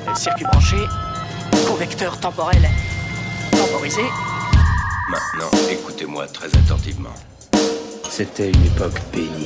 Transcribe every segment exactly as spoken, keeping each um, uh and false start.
Euh, circuit branché, convecteur temporel temporisé. Maintenant, écoutez-moi très attentivement. C'était une époque bénie.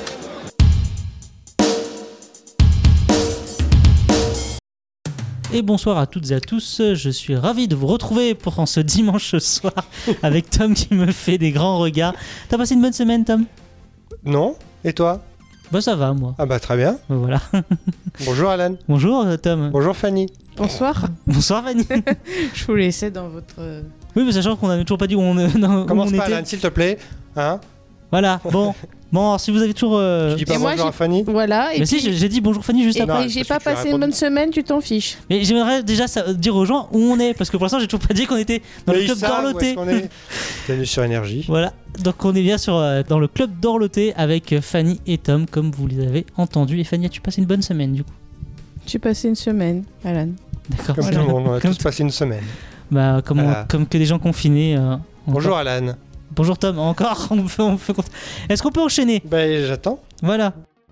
Et bonsoir à toutes et à tous, je suis ravi de vous retrouver pour en ce dimanche soir avec Tom qui me fait des grands regards. T'as passé une bonne semaine, Tom ? Non. Et toi ? Bah ça va, moi. Ah bah très bien. Bah, voilà. Bonjour Alan. Bonjour Tom. Bonjour Fanny. Bonsoir. Bonsoir Fanny. Je vous laissais dans votre... Oui, mais sachant qu'on n'a toujours pas dit où on, dans, Commence où on pas était. Alan, s'il te plaît. Hein ? Voilà, bon. Bon, alors, si vous avez toujours... Euh... Tu dis pas Et moi, bonjour j'ai- à Fanny ? Voilà, et Mais puis... si, j'ai, j'ai dit bonjour Fanny juste et après. Non, puis j'ai parce pas que tu as passé une répondu. bonne semaine, tu t'en fiches. Mais j'aimerais déjà ça- dire aux gens où on est, parce que pour l'instant j'ai toujours pas dit qu'on était dans Mais le ils club savent où d'Orloté. est-ce qu'on est. T'es venu sur Énergie. Voilà, donc on est bien sur, euh, dans le club d'Orloté avec euh, Fanny et Tom, comme vous les avez entendus. Et Fanny, as-tu passé une bonne semaine du coup ? J'ai passé une semaine, Alan. D'accord. Comme Voilà. tout le monde, on a Comme tous passé une semaine. Bah, comme, on- Voilà. comme que des gens confinés. euh, encore. Bonjour Alan. Bonjour Tom, encore on peut, on peut... Est-ce qu'on peut enchaîner ? Ben j'attends. Voilà.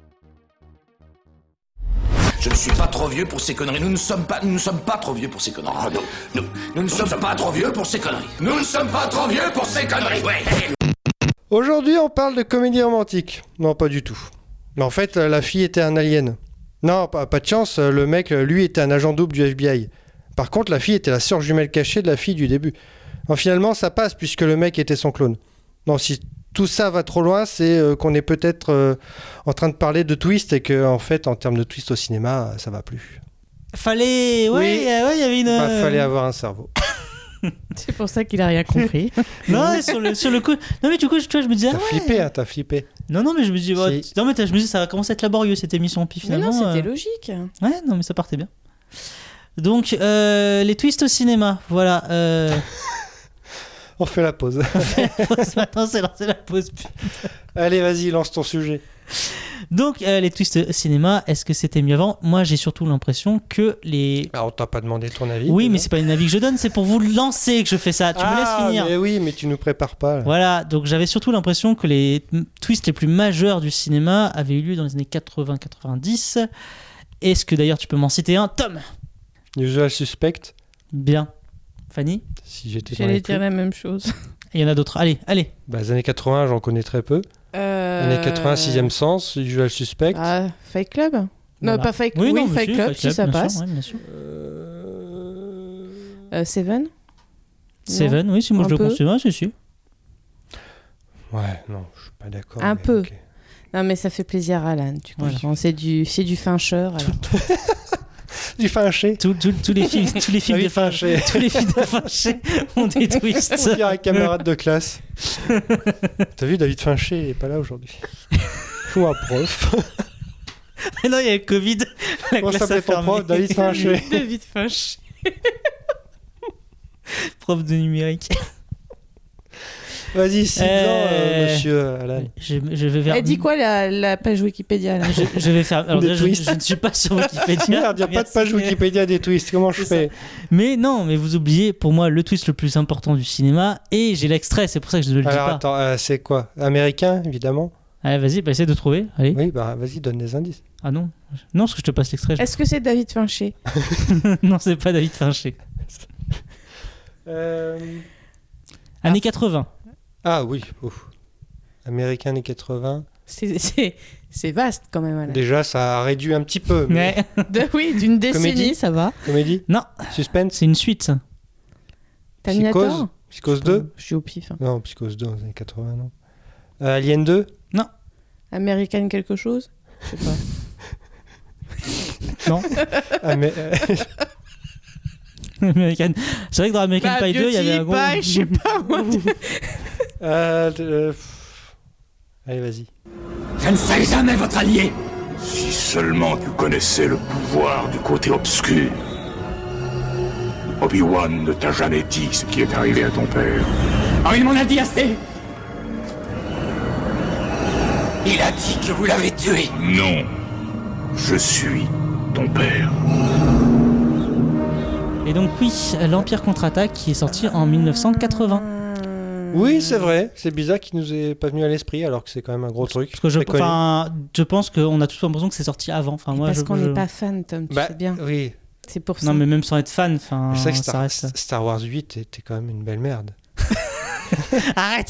Je ne suis pas trop vieux pour ces conneries. Nous ne sommes pas, nous ne sommes pas trop vieux pour ces conneries. Ah non, nous, nous ne sommes pas trop vieux pour ces conneries. Nous ne sommes pas trop vieux pour ces conneries. Ouais. Aujourd'hui on parle de comédie romantique. Non pas du tout. Mais en fait la fille était un alien. Non, pas, pas de chance, le mec lui était un agent double du F B I. Par contre la fille était la sœur jumelle cachée de la fille du début. Bon, finalement ça passe puisque le mec était son clone. Non, si tout ça va trop loin, c'est euh, qu'on est peut-être euh, en train de parler de twist et que en fait en termes de twist au cinéma ça va plus. Fallait... Ouais, Oui. euh, ouais, il y avait une... Bah, euh, fallait avoir un cerveau. C'est pour ça qu'il a rien compris. Non, sur le, sur le coup... Non mais du coup, tu vois, je me disais... T'as ah ouais. flippé, hein, t'as flippé. Non, non, mais je me dis... ouais, Si. Non, mais t'as- je me dis, ça va commencer à être laborieux cette émission. Puis Mais finalement... non, c'était euh, logique. Ouais, non, mais ça partait bien. Donc, euh, les twists au cinéma, voilà. Euh... On fait la pause. Ce matin, c'est lancé la pause. Allez, vas-y, lance ton sujet. Donc, euh, les twists au cinéma, est-ce que c'était mieux avant ? Moi, j'ai surtout l'impression que les... Alors, on t'a pas demandé ton avis. Oui, déjà. mais c'est pas une avis que je donne, c'est pour vous lancer que je fais ça. Tu me laisses Ah, finir. mais oui, mais tu nous prépares pas. là. Voilà, donc j'avais surtout l'impression que les m- twists les plus majeurs du cinéma avaient eu lieu dans les années quatre-vingts quatre-vingt-dix. Est-ce que d'ailleurs tu peux m'en citer un, Tom ? Usual Suspect, Bien. Fanny ? si j'étais dans J'allais les dire clous. la même chose. Il y en a d'autres. Allez, allez. Bah, les années quatre-vingts, j'en connais très peu. Euh... Années quatre-vingts, sixième sens, Usual Suspect. Ah, Fight Club. Non, Voilà. pas Fight Club. Oui, non, mais Fight si, Club, si ça bien passe. sûr, ouais, bien sûr. Euh... Euh, Seven. Seven, oui, si moi Un je le peu. considère, c'est sûr. Ouais, non, je suis pas d'accord. Un mais peu. ok. Non, mais ça fait plaisir à Alan. Tu Voilà. comprends. C'est du, c'est du Fincher. alors. Du Fincher. Tous tous- tous les films, tous les films David de Fincher, Fincher. tous les films de Fincher ont des twists. On dirait un camarade de classe. T'as vu, David Fincher, il est pas là aujourd'hui. Ou un prof. Mais non, il y a le Covid. La Comment classe a s'appelait ton fermé. prof, David Fincher? David Fincher. Prof de numérique. Vas-y, six ans, Euh, euh, monsieur Alan. Je, je vais vers... Elle dit quoi la, la page Wikipédia là je, je vais faire. Alors Des déjà, je, twists. je ne suis pas sur Wikipédia. Merde, y a pas de Merci. page Wikipédia des twists. Comment je C'est fais? Mais non, mais vous oubliez pour moi le twist le plus important du cinéma et j'ai l'extrait, c'est pour ça que je ne le dis Alors pas. attends, euh, c'est quoi? Américain, évidemment. Allez, vas-y, bah, essaie de trouver. Allez. Oui, bah vas-y, donne des indices. Ah non, non, parce que je te passe l'extrait. je- Est-ce que c'est David Fincher? non, c'est pas David Fincher. Euh... Années quatre-vingts. Ah oui, ouf. Américain années quatre-vingts. C'est- C'est c'est vaste quand même. Alan. Déjà, ça a réduit un petit peu. Mais... Mais De- oui, d'une décennie, Comédie. ça va. Comédie? non, Suspense? c'est une suite. Ça. Terminator. Psychose? Psychose deux? Je suis au pif. hein. Non, Psychose deux, dans les années quatre-vingts, non. Euh, Alien deux? American quelque chose? Je sais pas. Non, Amé- euh, American. C'est vrai que dans American Bah, Pie deux, il y avait un Beauty gros. Pie, je sais pas moi. euh, euh, pff. Allez, vas-y. Je ne serai jamais votre allié. Si seulement tu connaissais le pouvoir du côté obscur. Obi-Wan ne t'a jamais dit ce qui est arrivé à ton père. Ah, il m'en a dit assez. Il a dit que vous l'avez tué. Non. Je suis ton père. Et donc oui, l'Empire contre-attaque qui est sorti en mille neuf cent quatre-vingts. Oui, c'est vrai. C'est bizarre qu'il nous est pas venu à l'esprit alors que c'est quand même un gros truc. Parce que je, Très connu. enfin, je pense qu'on a tous l'impression que c'est sorti avant. Enfin, moi, Parce je, qu'on je- n'est pas fan, Tom, tu Bah, sais bien. oui. C'est pour ça. Non, mais même sans être fan, enfin, C'est vrai que ça Star, reste. Star Wars huit était quand même une belle merde. Arrête.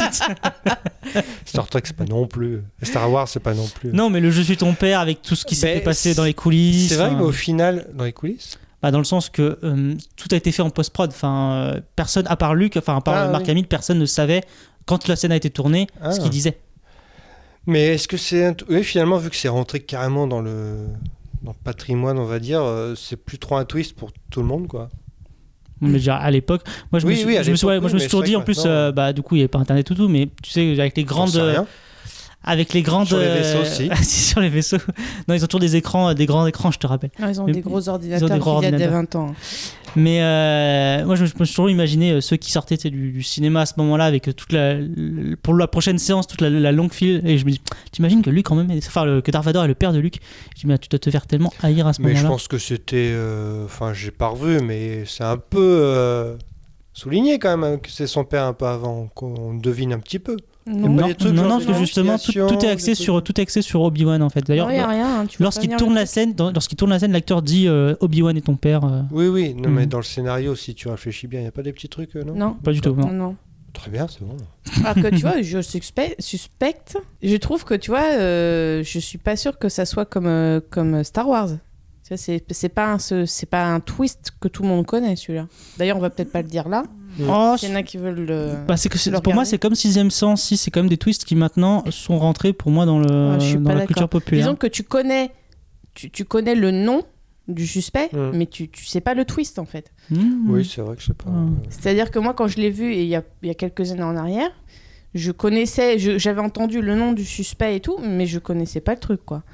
Star Trek, c'est pas non plus. Star Wars, c'est pas non plus. Non, mais le Je suis ton père avec tout ce qui s'était Ben, passé dans les coulisses. C'est vrai, enfin, mais au final, dans les coulisses. bah, dans le sens que euh, tout a été fait en post-prod. Enfin, euh, personne, à part Luc, enfin, à part Ah, Marc oui. Hamill, personne ne savait quand la scène a été tournée Ah. ce qu'il disait. Mais est-ce que c'est. Un... Oui, finalement, vu que c'est rentré carrément dans le, dans le patrimoine, on va dire, euh, c'est plus trop un twist pour tout le monde, quoi. Mais déjà à l'époque, moi je Oui, me suis, oui, à je me suis, l'époque, ouais, moi, je oui, me suis mais toujours c'est dit vrai en que plus, maintenant, euh, bah du coup il n'y avait pas internet ou tout, mais tu sais avec les J'en grandes, sais rien. avec les grandes, Sur les vaisseaux, euh, si. si, sur les vaisseaux. Non, ils ont toujours des écrans, des grands écrans, je te rappelle. Ah, ils ont Mais- des gros ils ont ordinateurs des gros qui datent d'il y a ordinateurs. vingt ans. Mais euh, moi je me, je me suis toujours imaginé euh, ceux qui sortaient tu sais, du, du cinéma à ce moment-là avec euh, toute la, le- pour la prochaine séance toute la, la longue file, et je me dis, t'imagines que Luke quand même, est- enfin le- que Darth Vader est le père de Luke. Je dis mais tu dois te faire tellement haïr à ce Mais je moment-là. pense que c'était. euh, Enfin, j'ai pas revu, mais c'est un peu euh, souligné quand même hein, que c'est son père un peu avant, qu'on devine un petit peu. Non, pas Non, des trucs non, genre non, de parce que justement tout, initiation, tout est des axé trucs- sur tout est axé sur Obi-Wan en fait. D'ailleurs, il n'y a rien. hein, tu vois pas lorsqu'il venir tourne le la truc. scène, dans- lorsqu'il tourne la scène, l'acteur dit euh, Obi-Wan est ton père. euh, Oui, oui, non, Mhm. mais dans le scénario, si tu réfléchis bien, il n'y a pas des petits trucs, euh, non Non. Pas du tout. Non. Non, non. Très bien, c'est bon. Alors que tu vois, je suspecte, suspecte. Je trouve que tu vois, euh, je suis pas sûre que ça soit comme, euh, comme Star Wars. Tu vois, c'est, c'est, pas un, ce- c'est pas un twist que tout le monde connaît celui-là. D'ailleurs, on va peut-être pas le dire là. Oh, Il y en a qui veulent le. bah, c'est que c'est- le pour moi, regarder. c'est comme Sixième Sens. Si c'est quand même des twists qui maintenant sont rentrés pour moi dans le Ah, je suis dans pas la d'accord. culture populaire. Disons que tu connais, tu, tu connais le nom du suspect, Mm. mais tu, tu sais pas le twist en fait. Mmh. Oui, c'est vrai que c'est pas. Mm. C'est-à-dire que moi, quand je l'ai vu et il y a, il y a quelques années en arrière, je connaissais, je- j'avais entendu le nom du suspect et tout, mais je connaissais pas le truc quoi.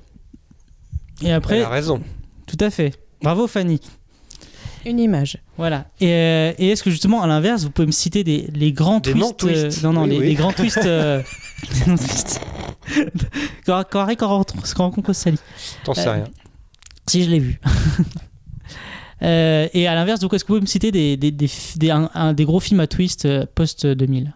Et après, Elle a raison. tout à fait. Bravo Fanny. Une image. Voilà. Et, euh, et est-ce que justement, à l'inverse, vous pouvez me citer des, les grands Des twists non-twists. euh, Non, non, Oui, les, oui. les grands twists. euh, des non-twists. Quand quand Harry quand on rencontre quand on rencontre Sally. T'en sais Euh, rien. Si, je l'ai vu. Euh, et à l'inverse, donc, est-ce que vous pouvez me citer des, des, des, des, un- un- des gros films à twist euh, post-deux mille?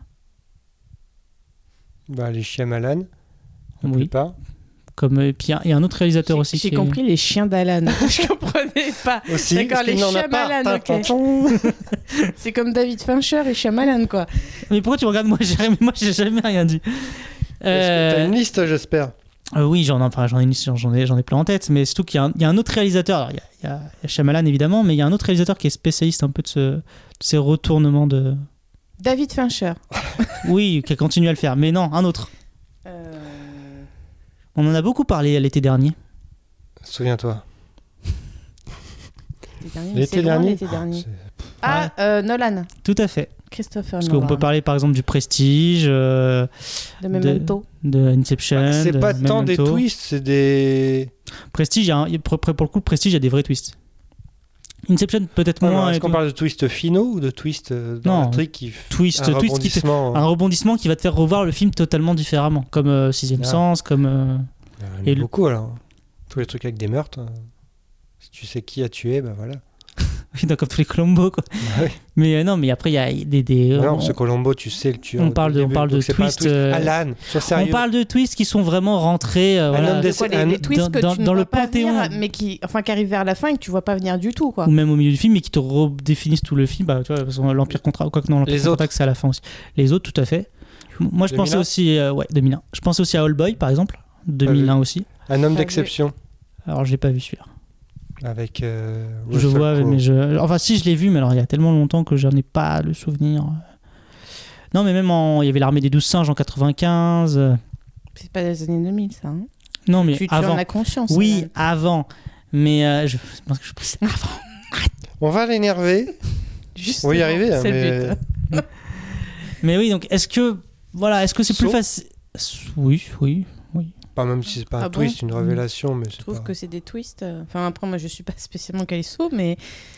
Bah, les Shyamalan, la Oui. plupart. Comme, euh, puis il y a- il y a un autre réalisateur J'ai, aussi. j'ai qui est- compris les chiens d'Alan. je comprenais pas. Aussi, D'accord, parce qu'il les n'en a pas. Shyamalan, ok. Tintin. C'est comme David Fincher et Shyamalan quoi. Mais pourquoi tu me regardes moi? J'ai jamais- Moi, j'ai jamais rien dit. Est-ce que Euh, T'as une liste, j'espère. Euh, oui, j'en, enfin, j'en, ai, une- j'en, ai, j'en ai plein en tête, mais surtout qu'il y a un, il y a un autre réalisateur. Alors, il y a, il y a- il y a Shyamalan évidemment, mais il y a un autre réalisateur qui est spécialiste un peu de, ce, de ces retournements de. David Fincher. Oui, qui continue à le faire, mais non, un autre. Euh, On en a beaucoup parlé l'été dernier. Souviens-toi. l'été dernier, L'été c'est loin, dernier. l'été dernier. C'est- Ah, euh, Nolan. Tout à fait. Christopher Parce Nolan. qu'on peut parler par exemple du Prestige, euh, De Memento. de Inception. Bah, c'est de pas tant des Memento. twists, c'est des. Prestige, il y a un- il y a- pour pour le coup, Prestige, il y a des vrais twists. Inception, peut-être Non, non, moins. Est-ce et qu'on tout. parle de twists finaux ou de twists euh, dans Non, un truc qui. twist, un twist qui te- rebondissement. un rebondissement qui va te faire revoir le film totalement différemment, comme euh, Sixième Ah. Sens, comme. euh, Il y en Et a le- beaucoup alors. Tous les trucs avec des meurtres. euh, Si tu sais qui a tué, bah voilà. Oui, donc, comme tous les Colombo, quoi. Bah oui. Mais euh, non, mais après, il y a des. des non, on, parce que Colombo, tu sais le tueur. on au parle de- on début, parle de donc c'est pas un twist, twist. euh, Alan, sois on sérieux. parle de twists qui sont vraiment rentrés. euh, Un voilà, homme De des- quoi, les, un- les twists dans- que dans- tu ne dans le vois pas panthéon. venir, mais qui, enfin, qui arrivent vers la fin et que tu vois pas venir du tout, quoi. ou même au milieu du film, mais qui te redéfinissent tout le film. Bah, tu vois, parce que l'Empire contre. Quoi que non, l'Empire Les contre autres. c'est à la fin aussi. Les autres, tout à fait. Moi, je pensais deux mille un. aussi. euh, ouais, deux mille un. Je pensais aussi à All Boy, par exemple. deux mille un aussi. Un homme Pas d'exception. Alors, j'ai pas vu celui-là. Avec. euh, Je Russell vois, Crowe. mais je. Enfin, si, je l'ai vu, mais alors il y a tellement longtemps que j'en ai pas le souvenir. Non, mais même en. Il y avait l'Armée des douze singes en quatre-vingt-quinze. euh, C'est pas des années deux mille, ça. Hein. Non, mais tu, tu avant. en as conscience. Oui, Alan. avant. Mais euh, je je pense que je pense avant. On va l'énerver. Justement, On va y arriver, hein, c'est mais. le but. Mais oui, donc est-ce que. Voilà, est-ce que c'est plus Saut. facile. Oui, oui. Pas même si c'est pas un Ah bon twist, une révélation, mais Je c'est trouve pas. que c'est des twists. euh, Enfin, après, moi, je suis pas spécialement Calisto, mais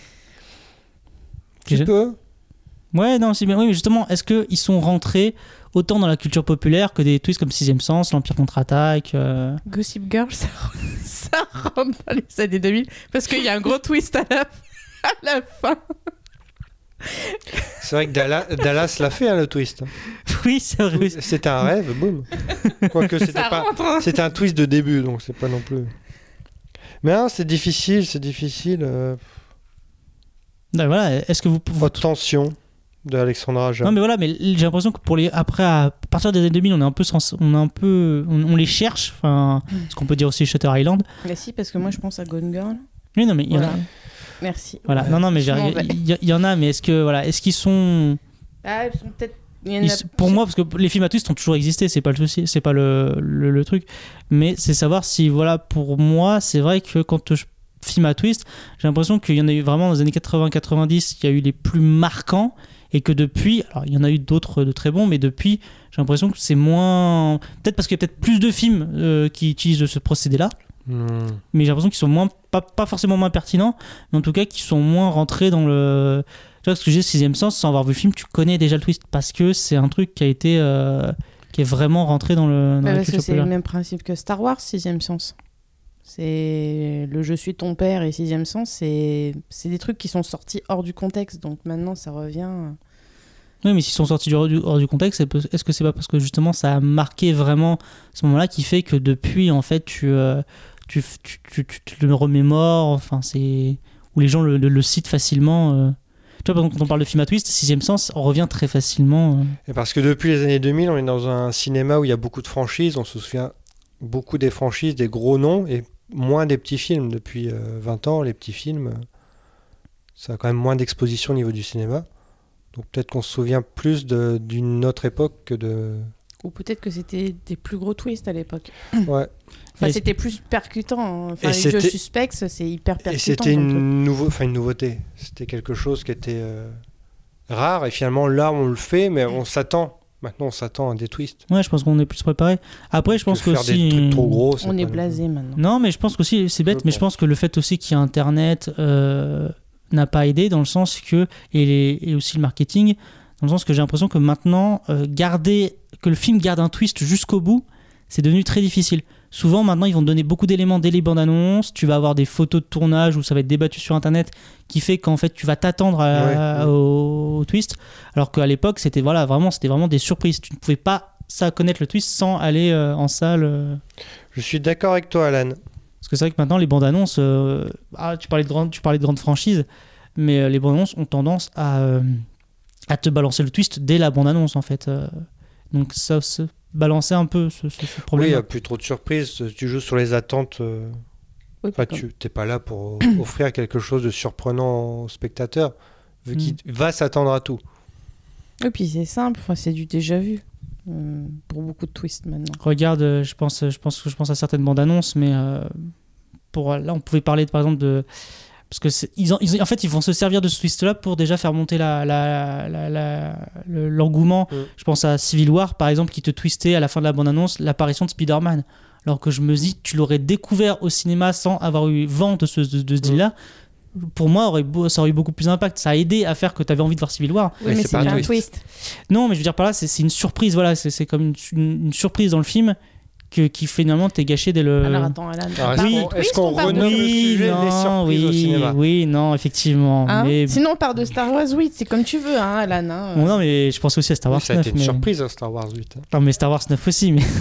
Tu Je- peux. Ouais, non, c'est bien. Oui, mais justement, est-ce qu'ils sont rentrés autant dans la culture populaire que des twists comme Sixième Sens, l'Empire contre-attaque euh, Gossip Girl, ça, ça rentre dans les années deux mille parce qu'il y a un gros twist à la, à la fin. C'est vrai que Dallas, Dallas l'a fait, hein, le twist. Oui, c'est vrai. oui. C'était un rêve, boum. Quoique c'était Ça pas. rentre. hein. C'était un twist de début, donc c'est pas non plus. Mais hein, c'est difficile, c'est difficile. Euh... Non, voilà, est-ce que vous, vous... Haute tension de Alexandra Aja. Non mais voilà, mais j'ai l'impression que pour les après à partir des années deux mille, on est un peu sens... on est un peu on, on les cherche, enfin mm. ce qu'on peut dire aussi Shutter Island. Mais si, parce que moi je pense à Gone Girl. Oui, non mais il y en voilà. a. Merci. Voilà, ouais, non non mais il y, y en a, mais est-ce que voilà, est-ce qu'ils sont Ah, ils sont peut-être Ils, a... Pour moi, parce que les films à twist ont toujours existé, c'est pas le souci, c'est pas le, le, le truc, mais c'est savoir si, voilà, pour moi, c'est vrai que quand je film à twist, j'ai l'impression qu'il y en a eu vraiment dans les années quatre-vingts quatre-vingt-dix, il y a eu les plus marquants, et que depuis, alors il y en a eu d'autres de très bons, mais depuis, j'ai l'impression que c'est moins, peut-être parce qu'il y a peut-être plus de films euh, qui utilisent ce procédé-là. Mmh. Mais j'ai l'impression qu'ils sont moins, pas, pas forcément moins pertinents, mais en tout cas qu'ils sont moins rentrés dans le. Tu vois ce que je dis, Sixième Sens, sans avoir vu le film, tu connais déjà le twist parce que c'est un truc qui a été, euh, qui est vraiment rentré dans le. Dans bah la parce que c'est populaire. le même principe que Star Wars, Sixième Sens. C'est le je suis ton père et Sixième Sens, c'est c'est des trucs qui sont sortis hors du contexte, donc maintenant ça revient. Oui, mais s'ils sont sortis du, hors, du, hors du contexte, est-ce que c'est pas parce que justement ça a marqué vraiment ce moment-là qui fait que depuis en fait tu euh, tu, tu, tu, tu, tu le remémores, enfin c'est où les gens le, le, le citent facilement. Euh... Tu vois, par exemple, quand on parle de film à twist, Sixième Sens, on revient très facilement. Euh... Et parce que depuis les années deux mille, on est dans un cinéma où il y a beaucoup de franchises, on se souvient beaucoup des franchises, des gros noms, et moins des petits films. Depuis euh, vingt ans, les petits films, euh, ça a quand même moins d'exposition au niveau du cinéma. Donc peut-être qu'on se souvient plus de, d'une autre époque que de... Ou peut-être que c'était des plus gros twists à l'époque. Ouais. Enfin, et c'était plus percutant. Enfin, et les jeux suspects, c'est hyper percutant. Et c'était une, nouveau, enfin, une nouveauté. C'était quelque chose qui était euh, rare. Et finalement, là, on le fait, mais on s'attend. Maintenant, on s'attend à des twists. Ouais, je pense qu'on est plus préparé. Après, je pense que faire aussi... des trucs trop gros, on est blasé maintenant. Non, mais je pense qu'aussi, c'est bête, je mais pense. je pense que le fait aussi qu'il y a Internet euh, n'a pas aidé, dans le sens que... Et, les, et aussi le marketing, dans le sens que j'ai l'impression que maintenant, euh, garder... que le film garde un twist jusqu'au bout, c'est devenu très difficile. Souvent, maintenant, ils vont te donner beaucoup d'éléments dès les bandes annonces. Tu vas avoir des photos de tournage où ça va être débattu sur Internet, qui fait qu'en fait, tu vas t'attendre à, ouais, à, ouais. Au, au twist. Alors qu'à l'époque, c'était voilà, vraiment, c'était vraiment des surprises. Tu ne pouvais pas ça connaître le twist sans aller euh, en salle. Euh... Je suis d'accord avec toi, Alan. Parce que c'est vrai que maintenant, les bandes annonces, euh... ah, tu parlais de grandes, tu parlais de grandes franchises, mais euh, les bandes annonces ont tendance à, euh, à te balancer le twist dès la bande annonce, en fait. Euh... Donc ça, c'est balancer un peu ce, ce, ce problème. Oui, il n'y a plus trop de surprises. Tu joues sur les attentes. Euh... Oui, enfin, tu n'es pas là pour offrir quelque chose de surprenant au spectateur, vu mm. qu'il va s'attendre à tout. Et puis c'est simple, enfin, c'est du déjà vu euh, pour beaucoup de twists maintenant. Regarde, euh, je pense, je pense, je pense à certaines bandes annonces, mais euh, pour, là, on pouvait parler de, par exemple de... Parce que c'est, ils, ont, ils ont, en fait, ils vont se servir de ce twist-là pour déjà faire monter la, la, la, la, le, l'engouement. Mm. Je pense à Civil War, par exemple, qui te twistait à la fin de la bande-annonce l'apparition de Spider-Man. Alors que je me dis, tu l'aurais découvert au cinéma sans avoir eu vent de ce, de, de ce deal-là. Mm. Pour moi, aurait beau, ça aurait eu beaucoup plus d'impact. Ça a aidé à faire que tu avais envie de voir Civil War. Oui, mais, mais c'est, c'est pas un twist. twist. Non, mais je veux dire par là, c'est, c'est une surprise. Voilà, c'est, c'est comme une, une, une surprise dans le film. Que, qui finalement t'es gâché dès le... Alors attends, Alan, Alors, oui, est-ce, est-ce qu'on renomme le sujet non, des surprises oui, au cinéma? Oui, non, effectivement. Hein mais... Sinon on part de Star Wars huit, c'est comme tu veux, hein, Alan. Hein. Bon, non, mais je pense aussi à Star Wars oui, ça neuf. Ça a été mais... une surprise, hein, Star Wars huit. Hein. Non, mais Star Wars neuf aussi, mais...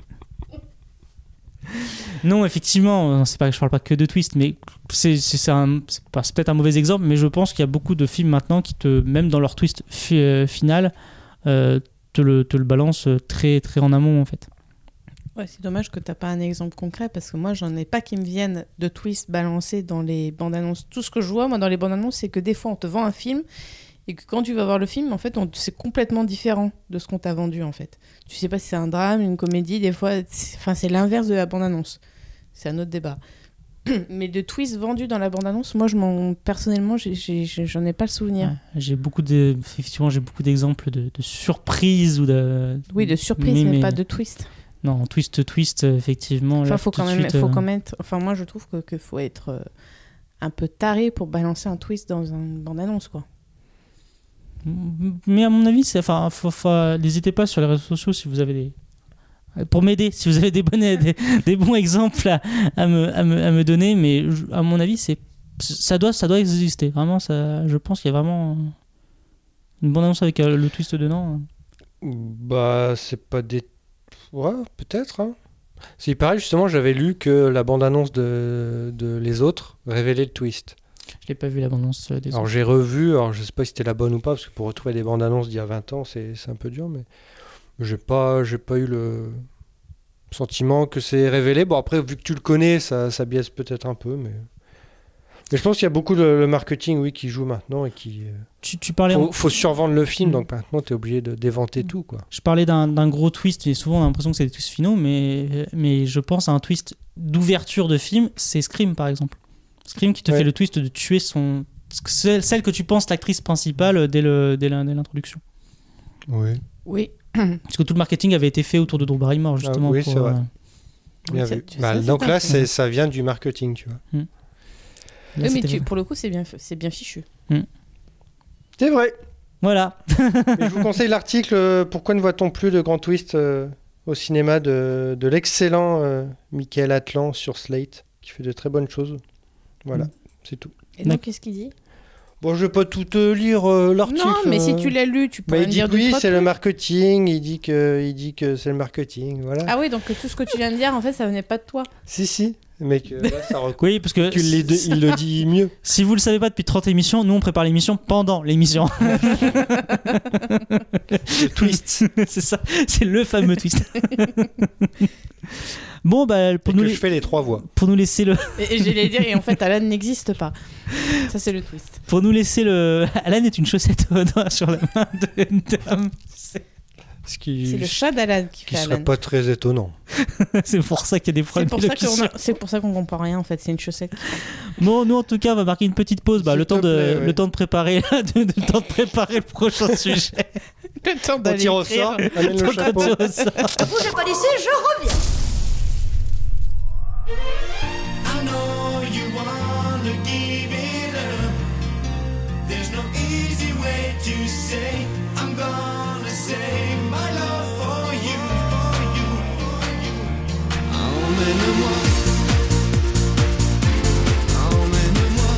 non, effectivement, c'est pas, je parle pas que de twist, mais c'est, c'est, c'est, un, c'est, pas, c'est peut-être un mauvais exemple, mais je pense qu'il y a beaucoup de films maintenant qui, te, même dans leur twist fi- euh, final, euh, te, le, te le balancent très, très en amont, en fait. Ouais, c'est dommage que t'as pas un exemple concret parce que moi j'en ai pas qui me viennent de twists balancés dans les bandes annonces. Tout ce que je vois moi dans les bandes annonces, c'est que des fois on te vend un film et que quand tu vas voir le film, en fait, on, c'est complètement différent de ce qu'on t'a vendu en fait. Tu sais pas si c'est un drame, une comédie, des fois, c'est, enfin c'est l'inverse de la bande annonce. C'est un autre débat. Mais de twists vendus dans la bande annonce, moi je m'en personnellement, j'ai, j'ai, j'en ai pas le souvenir. Ouais, j'ai beaucoup de, effectivement, j'ai beaucoup d'exemples de, de surprises ou de. Oui, de surprises, mais, mais, mais pas de twists. Non, twist, twist, effectivement. Enfin, là, faut quand même, suite, faut euh... quand même. Enfin, moi, je trouve que, que faut être euh, un peu taré pour balancer un twist dans une bande-annonce, quoi. Mais à mon avis, c'est, enfin, faut, faut, n'hésitez pas sur les réseaux sociaux si vous avez des, pour m'aider, si vous avez des bons, des, des bons exemples à, à, me, à, me, à me donner. Mais à mon avis, c'est, ça doit, ça doit exister. Vraiment, ça, je pense qu'il y a vraiment une bande-annonce avec le twist dedans. Bah, c'est pas des Ouais, peut-être. Hein. C'est pareil, justement, j'avais lu que la bande-annonce de, de Les Autres révélait le twist. Je l'ai pas vu l'abondance euh, des Alors autres. j'ai revu, alors je sais pas si c'était la bonne ou pas, parce que pour retrouver des bandes-annonces d'il y a vingt ans, c'est, c'est un peu dur, mais j'ai pas, j'ai pas eu le sentiment que c'est révélé. Bon, après, vu que tu le connais, ça, ça biaise peut-être un peu, mais... mais je pense qu'il y a beaucoup de le marketing, oui, qui joue maintenant et qui... Tu, tu parlais. Faut, en- faut survendre le film, Mm. donc maintenant t'es obligé de d'éventer tout, quoi. Je parlais d'un, d'un gros twist, et souvent on a l'impression que c'est des twists finaux, mais, mais je pense à un twist d'ouverture de film, c'est Scream par exemple. Scream qui te Ouais. fait le twist de tuer son. Celle, celle que tu penses l'actrice principale dès, le, dès, la- dès l'introduction. Oui. Oui. Parce que tout le marketing avait été fait autour de Drew Barrymore justement. Ah oui, pour, c'est vrai. euh, Bien Oui, vu. ça- Bah, ça, c'est donc un là, peu- c'est, ça vient du marketing, tu vois. là, Oui, mais c'était tu- vrai. pour le coup, c'est bien, c'est bien fichu. C'est vrai. Voilà. Et je vous conseille l'article euh, Pourquoi ne voit-on plus de grands twists euh, au cinéma de, de l'excellent euh, Michael Atlan sur Slate, qui fait de très bonnes choses. Voilà, Mm. c'est tout. Et D'accord. donc, qu'est-ce qu'il dit? Bon, je vais pas tout te lire euh, l'article. Non, mais si euh. tu l'as lu, tu Bah, peux il me dit dire que deux, oui, trois c'est le trucs. marketing. Il dit que, il dit que c'est le marketing. Voilà. Ah oui, donc tout ce que tu viens de dire, en fait, ça venait pas de toi. Si, si. Mais que là, ça recoupe. Oui, parce que Qu'il l'ait de- il le dit mieux. si vous le savez pas depuis trente émissions, nous on prépare l'émission pendant l'émission. Le twist. C'est ça, c'est le fameux twist. Bon, bah, pour Et nous, que la- je fais les trois voix. pour nous laisser le, Et, et j'allais dire, et en fait, Alan n'existe pas. Ça, c'est le twist. pour nous laisser le, Alan est une chaussette au doigt sur la main d'une dame. C'est, Ce qui C'est le chat d'Alan qui qui fait serait Alan. pas très étonnant. c'est pour ça qu'il y a des C'est problèmes. pour, ça d'élocution. qu'on a- c'est pour ça qu'on comprend rien, en fait. C'est une chaussette. Bon, nous en tout cas, on va marquer une petite pause. Bah, S'il le temps te de, plaît, ouais. le temps de préparer, de, de- le temps de préparer le prochain sujet. Le temps On d'aller tire au écrire. sort, amène le Tant chapeau. qu'on tire au sort. Bougez pas d'ici, je reviens. I know you wanna give it up. There's no easy way to say I'm gonna save my love for you, for you, for you. Emmène-moi, emmène-moi.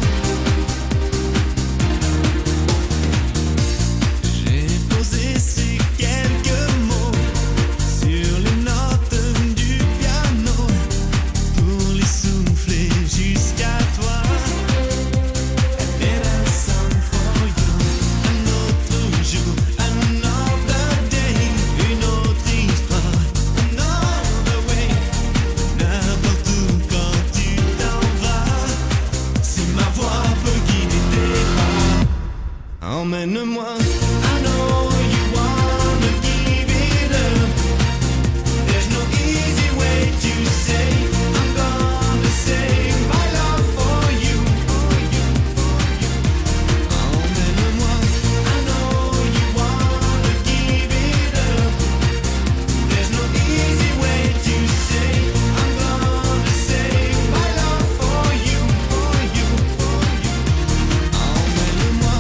J'ai posé ces quelques mots sur les notes du piano pour les souffler jusqu'à toi. And then I sung for you. Un autre jour, another day, une autre histoire, another way. N'importe où quand tu t'en vas, si ma voix peut guider tes pas, emmène-moi. I know you wanna give it up. There's no easy way to say I'm gonna save my love for you, for you, for you. Emmène-moi. I know you wanna give it up. There's no easy way to say I'm gonna save my love for you, for you, for you. Emmène-moi.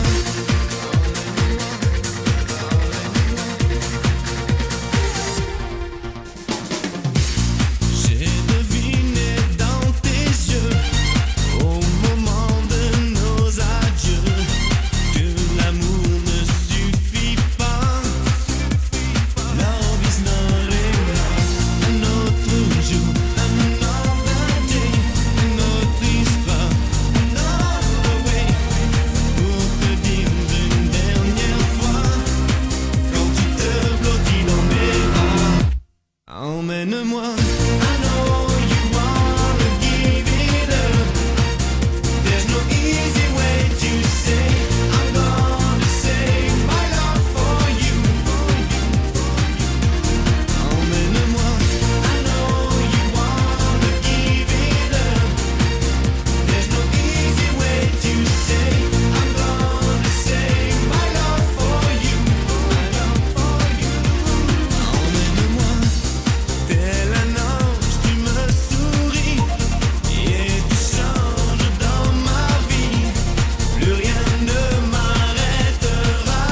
J'ai deviné dans tes yeux, au moment de nos adieux, que l'amour ne suffit pas. Love is not enough. Un autre jour, another day, une autre histoire, another way. Pour te dire une dernière fois, quand tu te blottis dans mes bras. Emmène-moi. I know you wanna give it up. There's no easy way to say I'm gonna save my love for you, for you, for you. Emmène-moi. I know you wanna give it up. There's no easy way to say I'm gonna save my love for you, my love for you. Emmène-moi. Tel un ange, tu me souris et tu changes dans ma vie. Plus rien ne m'arrêtera.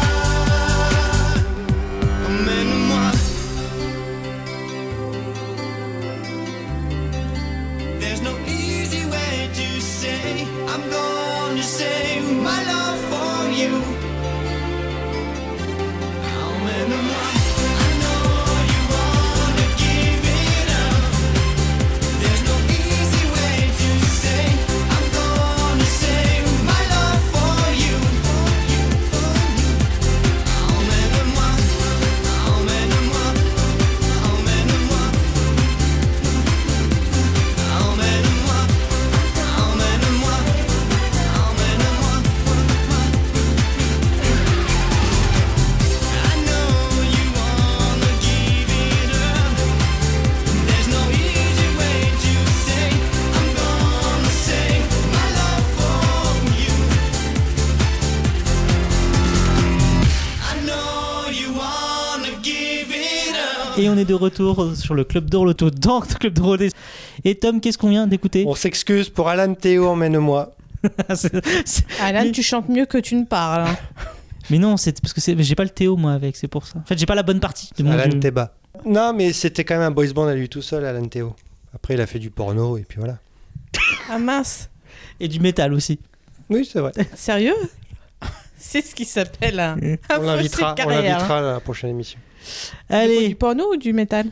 Emmène-moi. There's no easy way to say I'm gonna save my love for you. Emmène-moi. I know you wanna give it up. Et on est de retour sur le Club d'Orloto, dans le Club d'Orloto. Et Tom, qu'est-ce qu'on vient d'écouter? On s'excuse pour Alan Théo, emmène-moi. C'est- c'est- Alan, Mais- tu chantes mieux que tu ne parles. hein. Mais non, c'est parce que c'est- j'ai pas le Théo moi avec, c'est pour ça. En fait, j'ai pas la bonne partie de mon Alan jeu. Théba. Non, mais c'était quand même un boys band à lui tout seul, Alan Théo. Après, il a fait du porno et puis voilà. Ah mince. Et du métal aussi. Oui, c'est vrai. Sérieux? C'est ce qui s'appelle un, un On fossé de l'invitera, on carrière. l'invitera à la prochaine émission. Du Allez, porno ou du métal?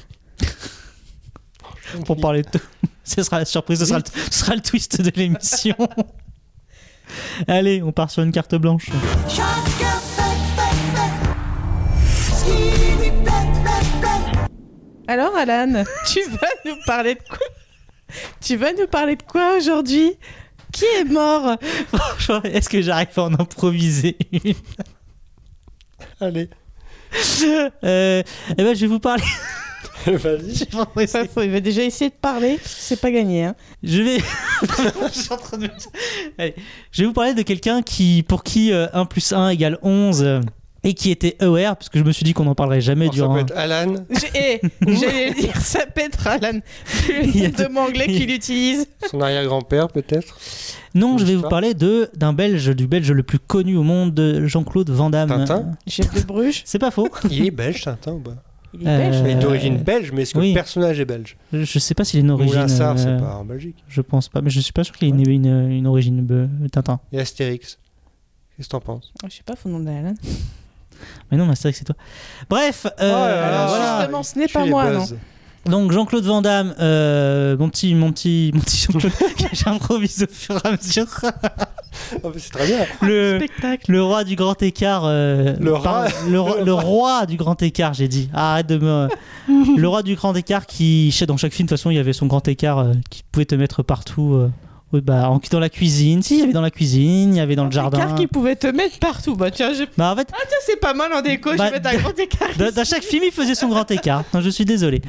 pour parler de tout. Ce sera la surprise, ce sera le, ce sera le twist de l'émission. Allez, on part sur une carte blanche. Chacun fait, fait, fait ce qui lui plaît, plaît, plaît. Alors Alan, tu vas nous parler de quoi? Tu vas nous parler de quoi aujourd'hui? Qui est mort? Franchement, est-ce que j'arrive à en improviser une? Allez, euh, Eh ben, je vais vous parler. vas-y. Je vais pas essayer. Pas faux, il va déjà essayer de parler, parce que c'est pas gagné. Hein. Je vais. Je suis en train de... Allez. Je vais vous parler de quelqu'un qui, pour qui euh, un plus un égale onze euh, et qui était aware, parce que je me suis dit qu'on n'en parlerait jamais Alors, ça durant. peut être Alan. J'ai- eh, J'allais dire, ça peut être Alan. Il y a Le nom anglais qu'il utilise. Son arrière-grand-père, peut-être. Non, je vais vous Pas. parler de d'un Belge, du Belge le plus connu au monde, de Jean-Claude Van Damme. Tintin. Chef de Bruges. C'est pas faux. Il est belge, Tintin ou pas? Il est belge. Euh, Il est d'origine belge, mais est-ce que oui. le personnage est belge? Je sais pas s'il a une origine. Moulin Sarr, euh, c'est pas en Belgique. Je pense pas, mais je suis pas sûr qu'il ait une, une, une origine euh, Tintin. Et Astérix. Qu'est-ce que t'en penses? Oh, je sais pas, faut demander à Alan. Mais non, mais c'est vrai que c'est toi. Bref, euh, Oh là là. Alors, voilà. justement, ce n'est Tu pas les moi, non. buzzes. Donc Jean-Claude Van Damme, euh, mon petit, mon petit, mon petit Jean-Claude, que j'improvise au fur et à mesure. Oh, mais c'est très bien. Le, Spectacle. le roi du grand écart. euh, Le par- rat. le, roi- le roi du grand écart, j'ai dit. Arrête de me. Le roi du grand écart qui, dans chaque film, de toute façon, il y avait son grand écart euh, qui pouvait te mettre partout. euh, ouais, bah, en- dans la cuisine. Si, il y avait dans la cuisine, il y avait dans le jardin. Écart qui pouvait te mettre partout. Bah tiens, je... Bah, en fait, ah, tiens, c'est pas mal en déco, je Bah, vais mettre un grand écart. Dans, dans chaque film, il faisait son grand écart. Non, je suis désolé.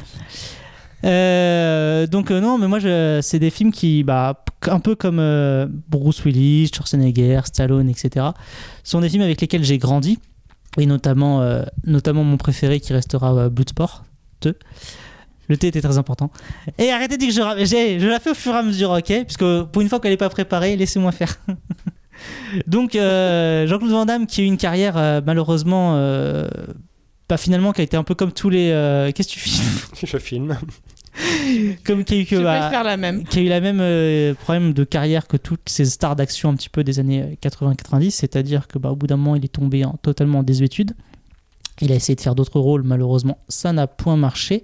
Euh, donc euh, non, mais moi, je, c'est des films qui, bah, un peu comme euh, Bruce Willis, Schwarzenegger, Stallone, et cetera, sont des films avec lesquels j'ai grandi, et notamment, euh, notamment mon préféré qui restera euh, Bloodsport deux. Le thé était très important. Et arrêtez de dire que je, ra- j'ai- je la fais au fur et à mesure, ok? Puisque pour une fois qu'elle n'est pas préparée, laissez-moi faire. Donc euh, Jean-Claude Van Damme qui a eu une carrière euh, malheureusement euh, bah, finalement qui a été un peu comme tous les euh, qu'est-ce que tu filmes Je filme. comme qui a eu que Je vais bah, faire la même. qui a eu la même euh, problème de carrière que toutes ces stars d'action un petit peu des années quatre-vingts quatre-vingt-dix, c'est-à-dire que bah, au bout d'un moment il est tombé en, totalement en désuétude. Il a essayé de faire d'autres rôles, malheureusement ça n'a point marché.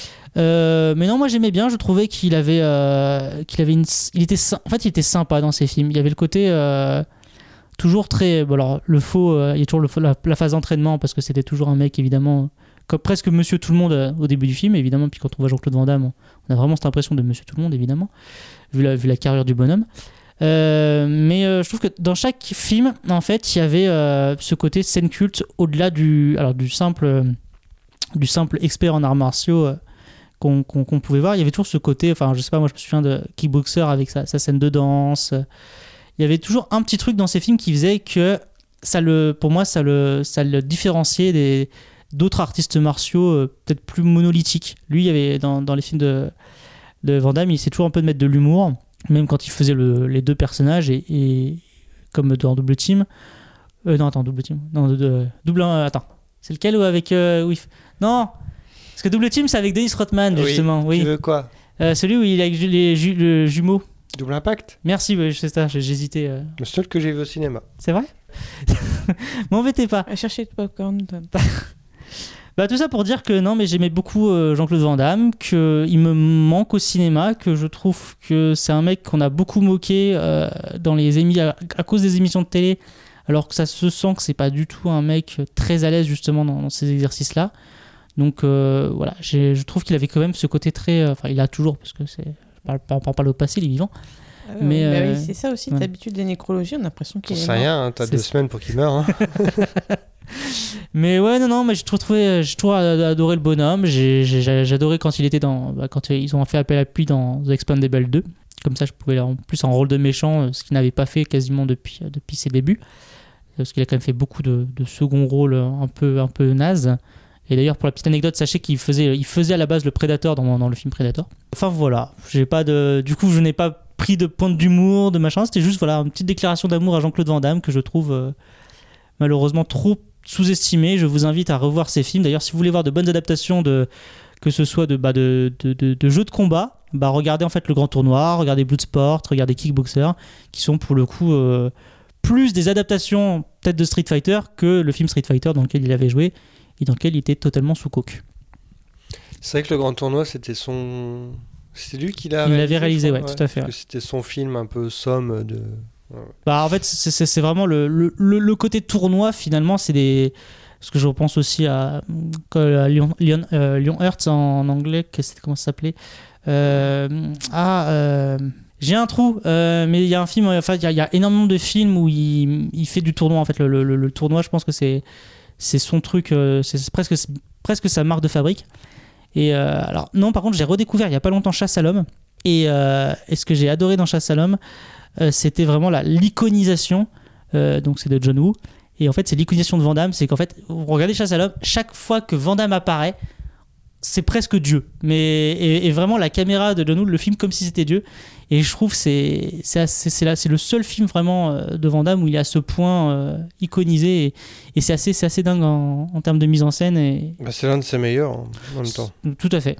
Euh, mais non, moi j'aimais bien, je trouvais qu'il avait, euh, qu'il avait une, il était, sy- en fait, il était sympa dans ses films. Il y avait le côté euh, toujours très, bon, alors le faux, euh, il y a toujours le faux- la, la phase d'entraînement parce que c'était toujours un mec évidemment comme presque Monsieur Tout le Monde euh, au début du film évidemment. Puis quand on voit Jean-Claude Van Damme, on, on a vraiment cette impression de Monsieur Tout le Monde évidemment, vu la, vu la carrière du bonhomme. Euh, mais euh, je trouve que dans chaque film, en fait, il y avait euh, ce côté scène culte au-delà du, alors du simple, euh, du simple expert en arts martiaux. Euh, Qu'on, qu'on, qu'on pouvait voir, il y avait toujours ce côté, enfin je sais pas, moi je me souviens de Kickboxer avec sa, sa scène de danse, il y avait toujours un petit truc dans ces films qui faisait que ça le, pour moi ça le, ça le différenciait des, d'autres artistes martiaux euh, peut-être plus monolithiques. Lui il y avait dans, dans les films de, de Van Damme, il essayait toujours un peu de mettre de l'humour, même quand il faisait le, les deux personnages et, et comme dans Double Team, euh, non attends Double Team, non de, de, double, euh, attends c'est lequel ou avec euh, oui, non parce que Double Team, c'est avec Dennis Rodman, justement. Oui. Tu veux quoi? Euh, celui où il est avec ju- les ju- le jumeau. Double Impact? Merci, oui, c'est ça, j'ai, j'ai hésité. euh. Le seul que j'ai vu au cinéma. C'est vrai? M'embêtez pas. À chercher de popcorn. Tom. Bah, tout ça pour dire que non, mais j'aimais beaucoup euh, Jean-Claude Van Damme, qu'il me manque au cinéma, que je trouve que c'est un mec qu'on a beaucoup moqué euh, dans les émis- à, à cause des émissions de télé, alors que ça se sent que c'est pas du tout un mec très à l'aise justement dans, dans ces exercices-là. Donc euh, voilà, j'ai, je trouve qu'il avait quand même ce côté très... Enfin, euh, il a toujours, parce que c'est... On parle, on parle au passé, il est vivant. Ah ouais, Mais, bah euh, oui, c'est ça aussi, ouais. d'habitude des nécrologies, on a l'impression qu'il T'en est sais mort. rien, hein, t'as C'est deux ça. semaines pour qu'il meure. Hein. Mais ouais, non, non, mais j'ai toujours, trouvé, j'ai toujours adoré le bonhomme. J'ai, j'ai, j'ai adoré quand il était dans... Bah, quand ils ont fait appel à lui dans The Expendables deux. Comme ça, je pouvais en plus en rôle de méchant, ce qu'il n'avait pas fait quasiment depuis, depuis ses débuts. Parce qu'il a quand même fait beaucoup de, de second rôles un peu, un peu nazes. Et d'ailleurs, pour la petite anecdote, sachez qu'il faisait, il faisait à la base le Predator dans, dans le film Predator. Enfin voilà, j'ai pas de, du coup, je n'ai pas pris de pointe d'humour, de machin. C'était juste voilà, une petite déclaration d'amour à Jean-Claude Van Damme que je trouve euh, malheureusement trop sous-estimé. Je vous invite à revoir ces films. D'ailleurs, si vous voulez voir de bonnes adaptations, de, que ce soit de, bah, de, de, de, de jeux de combat, bah, regardez en fait Le Grand Tournoi, regardez Bloodsport, regardez Kickboxer, qui sont pour le coup euh, plus des adaptations peut-être de Street Fighter que le film Street Fighter dans lequel il avait joué et dans lequel il était totalement sous coke. C'est vrai que Le Grand Tournoi, c'était son... C'est lui qui l'a Il réalisé. l'avait réalisé, ouais, ouais, tout à fait. Parce que c'était son film un peu somme de... Ouais. Bah, en fait, c'est, c'est, c'est vraiment le, le, le, le côté tournoi, finalement, c'est des... Parce que je repense aussi à, à Lion, Lion, euh, Lion Hearts en, en anglais, que c'était, comment ça s'appelait euh, Ah, euh, j'ai un trou, euh, mais il y a un film, enfin, il y, y a énormément de films où il, il fait du tournoi, en fait. Le, le, le tournoi, je pense que c'est, c'est son truc, euh, c'est, c'est presque, c'est presque sa marque de fabrique. Et euh, alors, non, par contre, j'ai redécouvert il n'y a pas longtemps Chasse à l'homme. Et, euh, et ce que j'ai adoré dans Chasse à l'homme, euh, c'était vraiment la, l'iconisation. Euh, donc, c'est de John Woo. Et en fait, c'est l'iconisation de Van Damme. C'est qu'en fait, vous regardez Chasse à l'homme, chaque fois que Van Damme apparaît, c'est presque Dieu. Mais, et, et vraiment, la caméra de John Woo le filme comme si c'était Dieu. Et je trouve que c'est, c'est, assez, c'est, là, c'est le seul film vraiment euh, de Van Damme où il est à ce point euh, iconisé. Et, et c'est, assez, c'est assez dingue en, en termes de mise en scène. Et... Bah, c'est l'un de ses meilleurs en même temps. Tout à fait.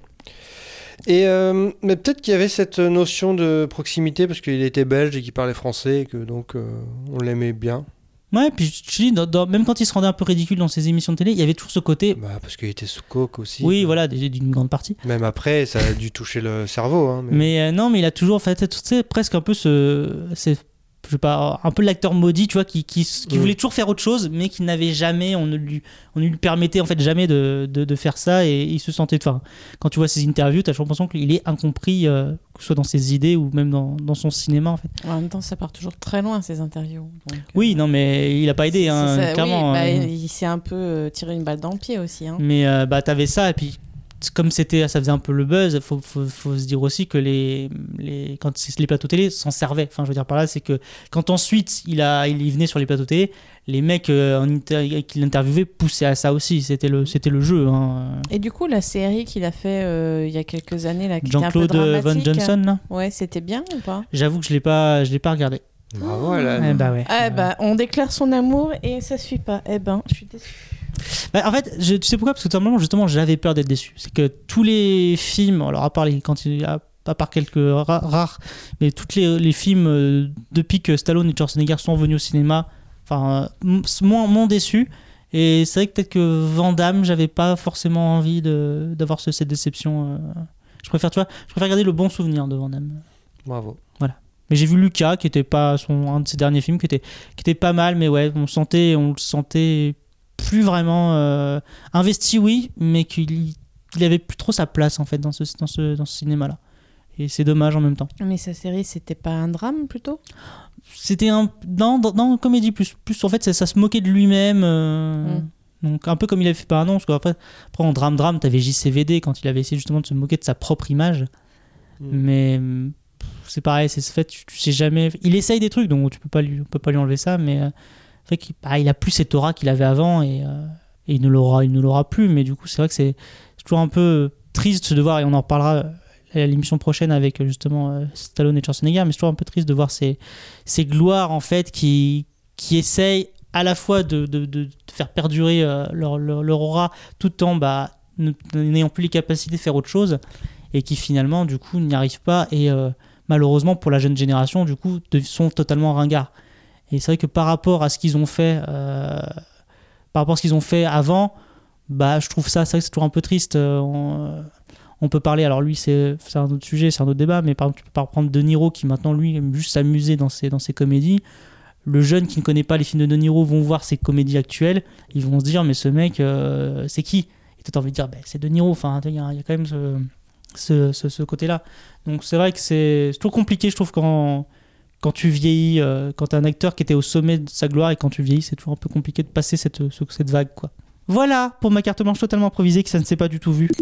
Et euh, mais peut-être qu'il y avait cette notion de proximité parce qu'il était belge et qu'il parlait français et que donc euh, on l'aimait bien. Ouais, puis je dis, dans, dans, même quand il se rendait un peu ridicule dans ses émissions de télé, il y avait toujours ce côté. Bah, parce qu'il était sous coke aussi. Oui, voilà, d'une grande partie. Même après, ça a dû toucher le cerveau. Hein, mais mais euh, non, mais il a toujours fait, tu sais, presque un peu ce. C'est, je sais pas, un peu l'acteur maudit, tu vois, qui, qui, qui mmh. voulait toujours faire autre chose, mais qui n'avait jamais, on ne lui, on ne lui permettait en fait jamais de, de, de faire ça, et il se sentait. Enfin, quand tu vois ses interviews, tu as toujours l'impression qu'il est incompris, euh, que ce soit dans ses idées ou même dans, dans son cinéma en fait. En même temps, ça part toujours très loin ces interviews. Donc, oui, euh, non, mais il a pas aidé, c'est, hein, c'est ça, clairement. Oui, bah, hein. il s'est un peu euh, tiré une balle dans le pied aussi. Hein. Mais euh, bah t'avais ça, et puis. Comme c'était, ça faisait un peu le buzz, faut, faut, faut se dire aussi que les, les, quand les plateaux télé s'en servaient. Enfin, je veux dire par là, c'est que quand ensuite il, a, il venait sur les plateaux télé, les mecs euh, en inter- qui l'interviewaient poussaient à ça aussi. C'était le, c'était le jeu. Hein. Et du coup, la série qu'il a fait euh, il y a quelques années, là, qui Jean-Claude était un peu Van dramatique, Johnson, là. Ouais, c'était bien ou pas? J'avoue que je l'ai pas, je l'ai pas regardé. Bravo, elle a... Eh bah ouais. Ah, bah, on déclare son amour et ça suit pas. Eh ben, je suis déçue. Bah, en fait, je, tu sais pourquoi? Parce que normalement, justement, j'avais peur d'être déçu. C'est que tous les films, alors à part les, quand il, à, à part quelques ra- rares, mais tous les, les films euh, depuis que Stallone et Schwarzenegger sont venus au cinéma, enfin, euh, m'ont, m'ont déçu. Et c'est vrai que peut-être que Van Damme, j'avais pas forcément envie de, d'avoir ce, cette déception. Euh. Je préfère, tu vois, je préfère garder le bon souvenir de Van Damme. Bravo. Voilà. Mais j'ai vu Lucas, qui était pas son, un de ses derniers films, qui était, qui était pas mal, mais ouais, on sentait, on le sentait plus vraiment euh, investi, oui, mais qu'il il avait plus trop sa place en fait dans ce, dans ce, dans ce cinéma-là. Et c'est dommage en même temps. Mais sa série, c'était pas un drame plutôt? C'était un non, dans, dans comédie plus, plus en fait ça, ça se moquait de lui-même. Euh, mm. Donc un peu comme il avait fait pas un an, parce qu'après après, en drame drame, t'avais J C V D quand il avait essayé justement de se moquer de sa propre image. Mm. Mais c'est pareil, c'est ce fait, tu, tu sais jamais. Il essaye des trucs, donc tu peux pas lui, on peut pas lui enlever ça, mais euh, c'est vrai qu'il bah, il a plus cette aura qu'il avait avant et, euh, et il ne l'aura, il ne l'aura plus. Mais du coup, c'est vrai que c'est, c'est toujours un peu triste de voir, et on en reparlera à l'émission prochaine avec justement euh, Stallone et Schwarzenegger, mais c'est toujours un peu triste de voir ces, ces gloires en fait qui, qui essayent à la fois de, de, de, de faire perdurer euh, leur, leur, leur aura tout en bah, ne, n'ayant plus les capacités de faire autre chose, et qui finalement du coup n'y arrivent pas, et euh, malheureusement pour la jeune génération du coup sont totalement ringards. Et c'est vrai que par rapport à ce qu'ils ont fait euh, par rapport à ce qu'ils ont fait avant, bah je trouve ça, c'est vrai que c'est toujours un peu triste. euh, on, on peut parler, alors lui c'est, c'est un autre sujet, c'est un autre débat, mais par exemple tu peux prendre De Niro qui maintenant lui aime juste s'amuser dans ses, dans ses comédies. Le jeune qui ne connaît pas les films de De Niro vont voir ses comédies actuelles, ils vont se dire mais ce mec euh, c'est qui? Et toi t'as envie de dire bah, c'est De Niro, enfin il y, y a quand même ce, ce, ce, ce côté là. Donc c'est vrai que c'est, c'est toujours compliqué je trouve quand quand tu vieillis, euh, quand t'es un acteur qui était au sommet de sa gloire, et quand tu vieillis, c'est toujours un peu compliqué de passer cette, ce, cette vague, quoi. Voilà pour ma carte blanche totalement improvisée, que ça ne s'est pas du tout vu.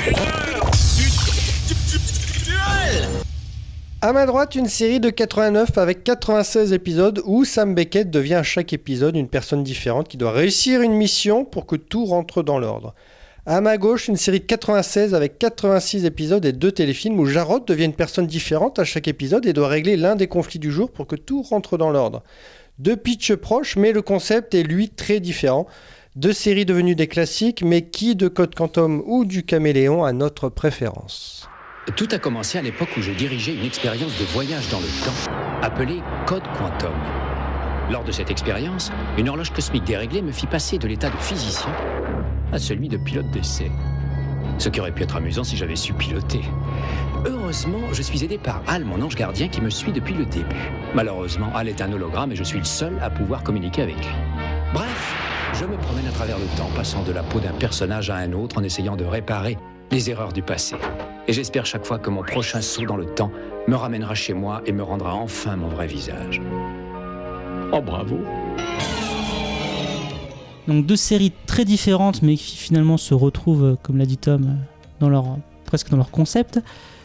À ma droite, une série de quatre-vingt-neuf avec quatre-vingt-seize épisodes où Sam Beckett devient à chaque épisode une personne différente qui doit réussir une mission pour que tout rentre dans l'ordre. À ma gauche, une série de quatre-vingt-seize avec quatre-vingt-six épisodes et deux téléfilms où Jarod devient une personne différente à chaque épisode et doit régler l'un des conflits du jour pour que tout rentre dans l'ordre. Deux pitchs proches, mais le concept est lui très différent. Deux séries devenues des classiques, mais qui de Code Quantum ou du Caméléon a notre préférence ? Tout a commencé à l'époque où je dirigeais une expérience de voyage dans le temps appelée Code Quantum. Lors de cette expérience, une horloge cosmique déréglée me fit passer de l'état de physicien à celui de pilote d'essai. Ce qui aurait pu être amusant si j'avais su piloter. Heureusement, je suis aidé par Hal, mon ange gardien, qui me suit depuis le début. Malheureusement, Hal est un hologramme et je suis le seul à pouvoir communiquer avec lui. Bref, je me promène à travers le temps, passant de la peau d'un personnage à un autre en essayant de réparer les erreurs du passé. Et j'espère chaque fois que mon prochain saut dans le temps me ramènera chez moi et me rendra enfin mon vrai visage. Oh bravo! Donc deux séries très différentes, mais qui finalement se retrouvent, comme l'a dit Tom, dans leur, presque dans leur concept.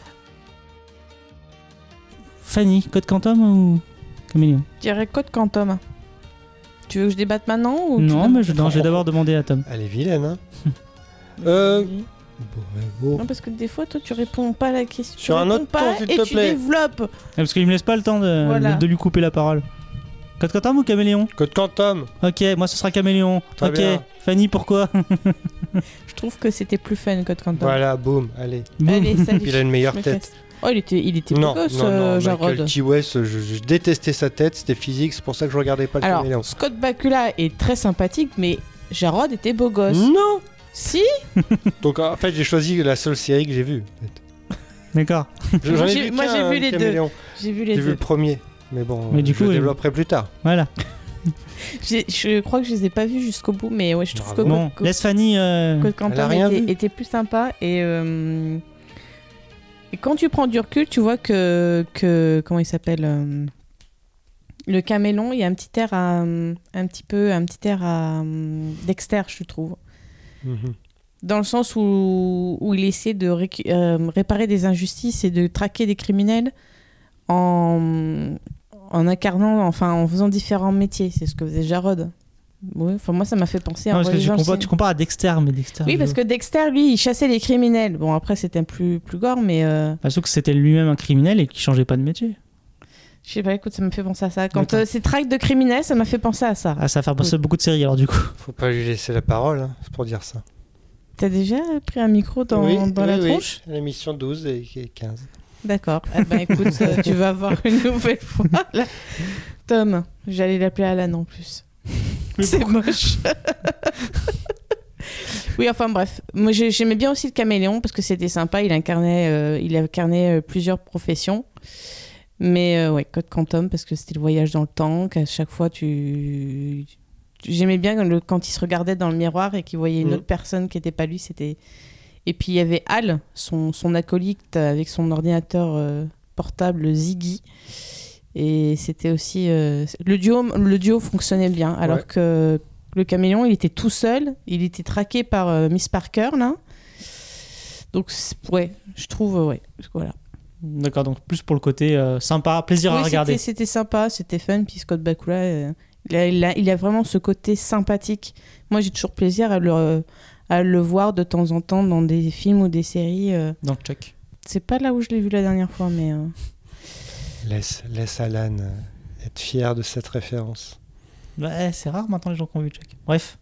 Fanny, Code Quantum ou Caméléon ? Je dirais Code Quantum. Tu veux que je débatte maintenant ou Non, tu mais je, non, je vais d'abord demander à Tom. Elle est vilaine, hein. euh... Bon, ouais, bon. Non, parce que des fois, toi, tu réponds pas à la question. Sur tu un autre pas ton, s'il et te tu plaît. développes. Ah, parce qu'il me laisse pas le temps de, Voilà. de, de lui couper la parole. Code Quantum ou Caméléon ? Code Quantum. Ok, moi ce sera Caméléon. Très ok, bien. Fanny, pourquoi ? Je trouve que c'était plus fun Code Quantum. Voilà, boum, allez. Boum. Allez, salut. Il a une meilleure Je me tête. casse. Oh, il était, il était Non, beau gosse, non, non, euh, Michael Jarod. T. West, je, je détestais sa tête, c'était physique, c'est pour ça que je regardais pas le Alors, Caméléon. Scott Bakula est très sympathique, mais Jarod était beau gosse. Non. Si. Donc en fait, j'ai choisi la seule série que j'ai vue. en fait. D'accord. J'en Moi, ai j'ai- vu moi, qu'un, j'ai vu hein, les deux. Caméléon. J'ai vu les J'ai deux. vu le premier, mais bon, Mais du je coup, le oui. développerai plus tard. Voilà. J'ai- Je crois que je les ai pas vus jusqu'au bout, mais ouais, je trouve Bravo. que Bon, Code- laisse Fanny. euh, Code Elle a Quantum rien était, vu. était plus sympa et, euh, et quand tu prends du recul, tu vois que, que comment il s'appelle euh, le Caméléon, il y a un petit air à, euh, un petit peu un petit air à euh, Dexter, je trouve, Mhm. dans le sens où, où il essaie de récu- euh, réparer des injustices et de traquer des criminels en en incarnant, enfin en faisant différents métiers. C'est ce que faisait Jarod. Ouais, enfin moi ça m'a fait penser à Non, un parce que tu voyage compares, dans tu le compares à Dexter, mais Dexter. Oui, je- parce que Dexter, lui, il chassait les criminels. Bon, après, c'était plus, plus gore, mais euh, Bah, sauf que c'était lui-même un criminel et qu'il changeait pas de métier. je sais pas, écoute, ça me fait penser à ça. Quand D'accord. euh, c'est traque de criminels, ça m'a fait penser à ça. Ah, ça va faire passer beaucoup de séries alors du coup. Faut pas lui laisser la parole, hein, c'est pour dire ça. T'as déjà pris un micro dans, oui, dans oui, la oui, tronche l'émission douze et quinze. D'accord. Eh ben, écoute, euh, tu vas avoir une nouvelle fois. là. Tom, j'allais l'appeler Alan en plus. C'est moche. Oui, enfin bref. Moi, j'ai- j'aimais bien aussi le Caméléon parce que c'était sympa. Il incarnait, euh, il incarnait euh, plusieurs professions. Mais euh, ouais, Code Quantum parce que c'était le voyage dans le temps. Qu'à chaque fois, tu. tu- J'aimais bien le... quand il se regardait dans le miroir et qu'il voyait une Mhm. autre personne qui n'était pas lui. C'était. Et puis il y avait Hal, son, son acolyte avec son ordinateur euh, portable Ziggy. Et c'était aussi. euh, Le, duo, le duo fonctionnait bien. Alors Ouais. que le Caméléon, il était tout seul. Il était traqué par euh, Miss Parker, là. Donc, c'est- ouais, je trouve. euh, Ouais, voilà. D'accord, donc plus pour le côté euh, sympa, plaisir à Oui, regarder. c'était, c'était sympa, c'était fun. Puis Scott Bakula, euh, il, a, il, a, il a vraiment ce côté sympathique. Moi, j'ai toujours plaisir à le, à le voir de temps en temps dans des films ou des séries. euh. Dans Chuck. C'est pas là où je l'ai vu la dernière fois, mais. euh, Laisse, laisse Alan euh, être fier de cette référence. Ouais, c'est rare maintenant les gens qui ont vu Chuck. Bref,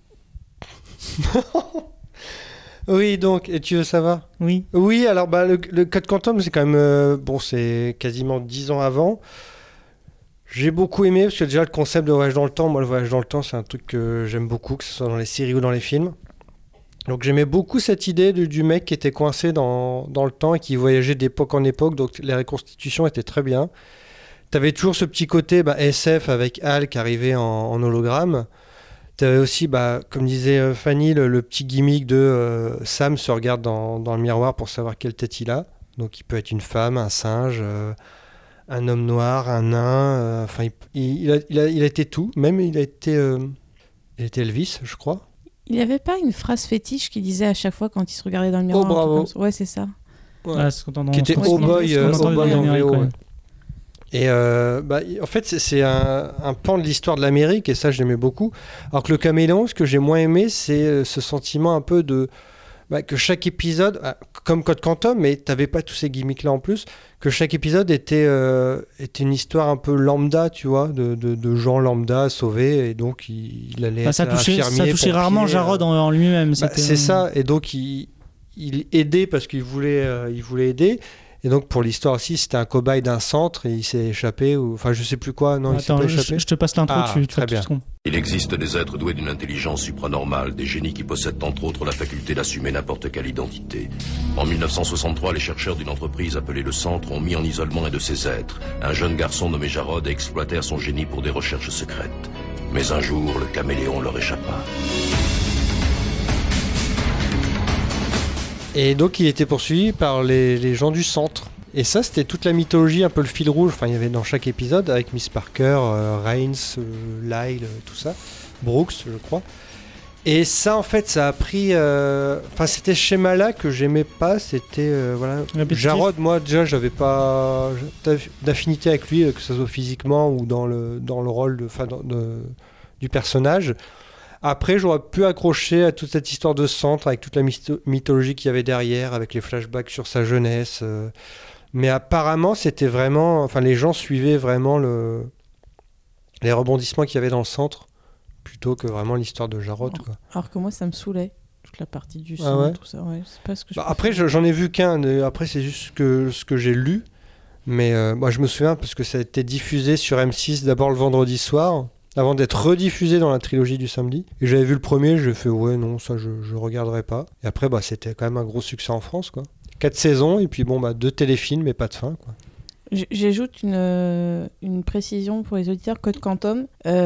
Oui, donc, et tu veux savoir ? oui. Oui, alors bah, le, le Code Quantum, c'est quand même. euh, bon, c'est quasiment dix ans avant. J'ai beaucoup aimé parce que déjà le concept de voyage dans le temps, moi le voyage dans le temps, c'est un truc que j'aime beaucoup, que ce soit dans les séries ou dans les films. Donc j'aimais beaucoup cette idée du, du mec qui était coincé dans, dans le temps et qui voyageait d'époque en époque, donc les reconstitutions étaient très bien. T'avais toujours ce petit côté bah, S F avec Hal qui arrivait en, en hologramme. T'avais aussi, bah, comme disait euh, Fanny, le, le petit gimmick de euh, Sam se regarde dans, dans le miroir pour savoir quelle tête il a. Donc il peut être une femme, un singe, euh, un homme noir, un nain. euh, Enfin, il, il, il a, il, a, il a été tout. Même il a été, euh, il a été Elvis, je crois. Il n'y avait pas une phrase fétiche qu'il disait à chaque fois quand il se regardait dans le miroir. Oh, un truc bravo. comme ça. Ouais, c'est ça. Ouais. Ah, ce qu'on entend- Qui était ce qu'on Oh entend- Boy, ce qu'on euh, entend Oh dans Boy le en générique, V O. ouais. ouais. Et euh, bah, en fait, c'est, c'est un, un pan de l'histoire de l'Amérique, et ça, j'aimais beaucoup. Alors que le Caméléon, ce que j'ai moins aimé, c'est ce sentiment un peu de... Bah, que chaque épisode, ah, comme Code Quantum, mais t'avais pas tous ces gimmicks-là en plus, que chaque épisode était, euh, était une histoire un peu lambda, tu vois, de, de, de gens lambda sauvés, et donc il, il allait Bah, être ça touchait, infirmier, ça touchait pompier, rarement Jarod euh, en, en lui-même. bah, c'était- c'est ça, et donc il, il aidait parce qu'il voulait, euh, il voulait aider. Et donc pour l'histoire aussi, c'était un cobaye d'un centre et il s'est échappé, ou enfin je sais plus quoi, non, il s'est Attends, pas je, échappé. je te passe l'intro, Ah, tu, tu très vas bien. tout comprendre. Il existe des êtres doués d'une intelligence supranormale, des génies qui possèdent entre autres la faculté d'assumer n'importe quelle identité. En mille neuf cent soixante-trois, les chercheurs d'une entreprise appelée le Centre ont mis en isolement un de ces êtres. Un jeune garçon nommé Jarod et exploitèrent son génie pour des recherches secrètes. Mais un jour, le caméléon leur échappa. Et donc il était poursuivi par les, les gens du centre. Et ça, c'était toute la mythologie, un peu le fil rouge. Enfin, il y avait dans chaque épisode, avec Miss Parker, euh, Rains, euh, Lyle, euh, tout ça. Brooks, je crois. Et ça, en fait, ça a pris... euh, Enfin, c'était ce schéma-là que j'aimais pas. C'était... euh, voilà. Répétitif. Jarod, moi, déjà, j'avais pas d'aff- d'affinité avec lui, euh, que ce soit physiquement ou dans le, dans le rôle de, enfin, dans- de- du personnage. Après, j'aurais pu accrocher à toute cette histoire de centre, avec toute la mytho- mythologie qu'il y avait derrière, avec les flashbacks sur sa jeunesse. euh. Mais apparemment, c'était vraiment... Enfin, les gens suivaient vraiment le... les rebondissements qu'il y avait dans le centre, plutôt que vraiment l'histoire de Jarod, quoi. Alors que moi, ça me saoulait. Toute la partie du Ah sang, ouais tout ça. Ouais, c'est pas ce que je Bah, préfère. après, je- j'en ai vu qu'un. euh, Après, c'est juste ce que, ce que j'ai lu. Mais euh, moi, je me souviens parce que ça a été diffusé sur M six d'abord le vendredi soir, avant d'être rediffusé dans la trilogie du samedi. Et j'avais vu le premier, j'ai fait ouais, non, ça je, je regarderai pas. Et après, bah, c'était quand même un gros succès en France, quoi. Quatre saisons, et puis bon, bah, deux téléfilms, mais pas de fin, quoi. J- J'ajoute une, euh, une précision pour les auditeurs. Code Quantum,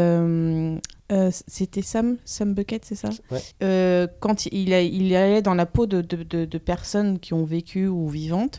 euh, euh, c'était Sam, Sam Bucket, c'est ça? Ouais. Euh, Quand il, a- il allait dans la peau de, de- de- de personnes qui ont vécu ou vivantes,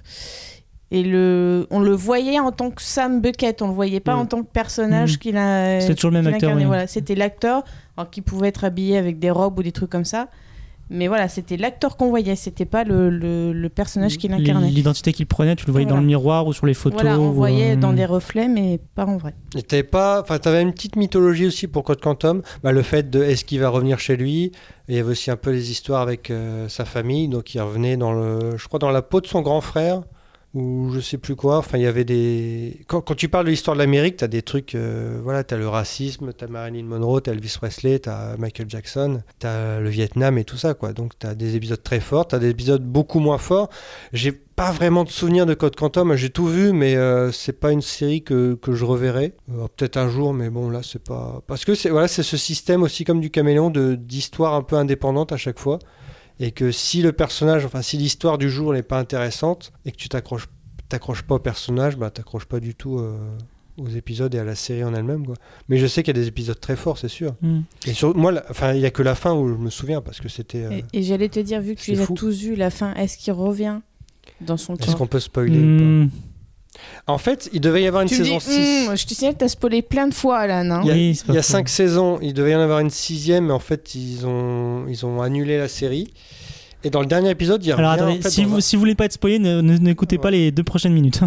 et le, on le voyait en tant que Sam Bucket, on le voyait pas Mm. en tant que personnage Mm. qu'il a. C'était toujours le même qu'il acteur, incarnait. oui. Voilà, c'était l'acteur, alors qui pouvait être habillé avec des robes ou des trucs comme ça. Mais voilà, c'était l'acteur qu'on voyait, c'était pas le, le, le personnage qu'il incarnait. L'identité qu'il prenait, tu le voyais Voilà. dans le miroir ou sur les photos. Voilà, on ou, voyait euh, dans des reflets, mais pas en vrai. Et t'avais pas, enfin, t'avais une petite mythologie aussi pour Code Quantum, bah, le fait de est-ce qu'il va revenir chez lui. Et il y avait aussi un peu les histoires avec euh, sa famille, donc il revenait dans le, je crois dans la peau de son grand frère ou je sais plus quoi. Enfin, il y avait des, quand, quand tu parles de l'histoire de l'Amérique, t'as des trucs, euh, voilà, t'as le racisme, t'as Marilyn Monroe, t'as Elvis Presley, t'as Michael Jackson, t'as le Vietnam et tout ça, quoi. Donc t'as des épisodes très forts, t'as des épisodes beaucoup moins forts. J'ai pas vraiment de souvenir de Code Quantum, j'ai tout vu, mais euh, c'est pas une série que, que je reverrai. Euh, peut-être un jour, mais bon, là, c'est pas... Parce que c'est, voilà, c'est ce système aussi, comme du Caméléon, de, d'histoire un peu indépendante à chaque fois. Et que si le personnage, enfin, si l'histoire du jour n'est pas intéressante, et que tu t'accroches, t'accroches pas au personnage, bah, t'accroches pas du tout euh, aux épisodes et à la série en elle-même, quoi. Mais je sais qu'il y a des épisodes très forts, c'est sûr. Mm. Et sur, moi, la- enfin, il y a que la fin où je me souviens, parce que c'était... euh, Et, et j'allais te dire, vu que tu c'est les as fou. tous vus, la fin, est-ce qu'il revient dans son Est-ce corps? qu'on peut spoiler ou Mm. pas En fait, il devait y avoir une Tu me saison dis, six. hum, je te signale, t'as spoilé plein de fois, là, non? Il y a, Oui, c'est pas il y a faux. cinq saisons, il devait y en avoir une sixième, mais en fait, ils ont, ils ont annulé la série. Et dans le dernier épisode, il Alors revient. attendez, en fait, si, dans vous, un- si vous voulez pas être spoilé, ne- ne- n'écoutez pas Ouais. les deux prochaines minutes.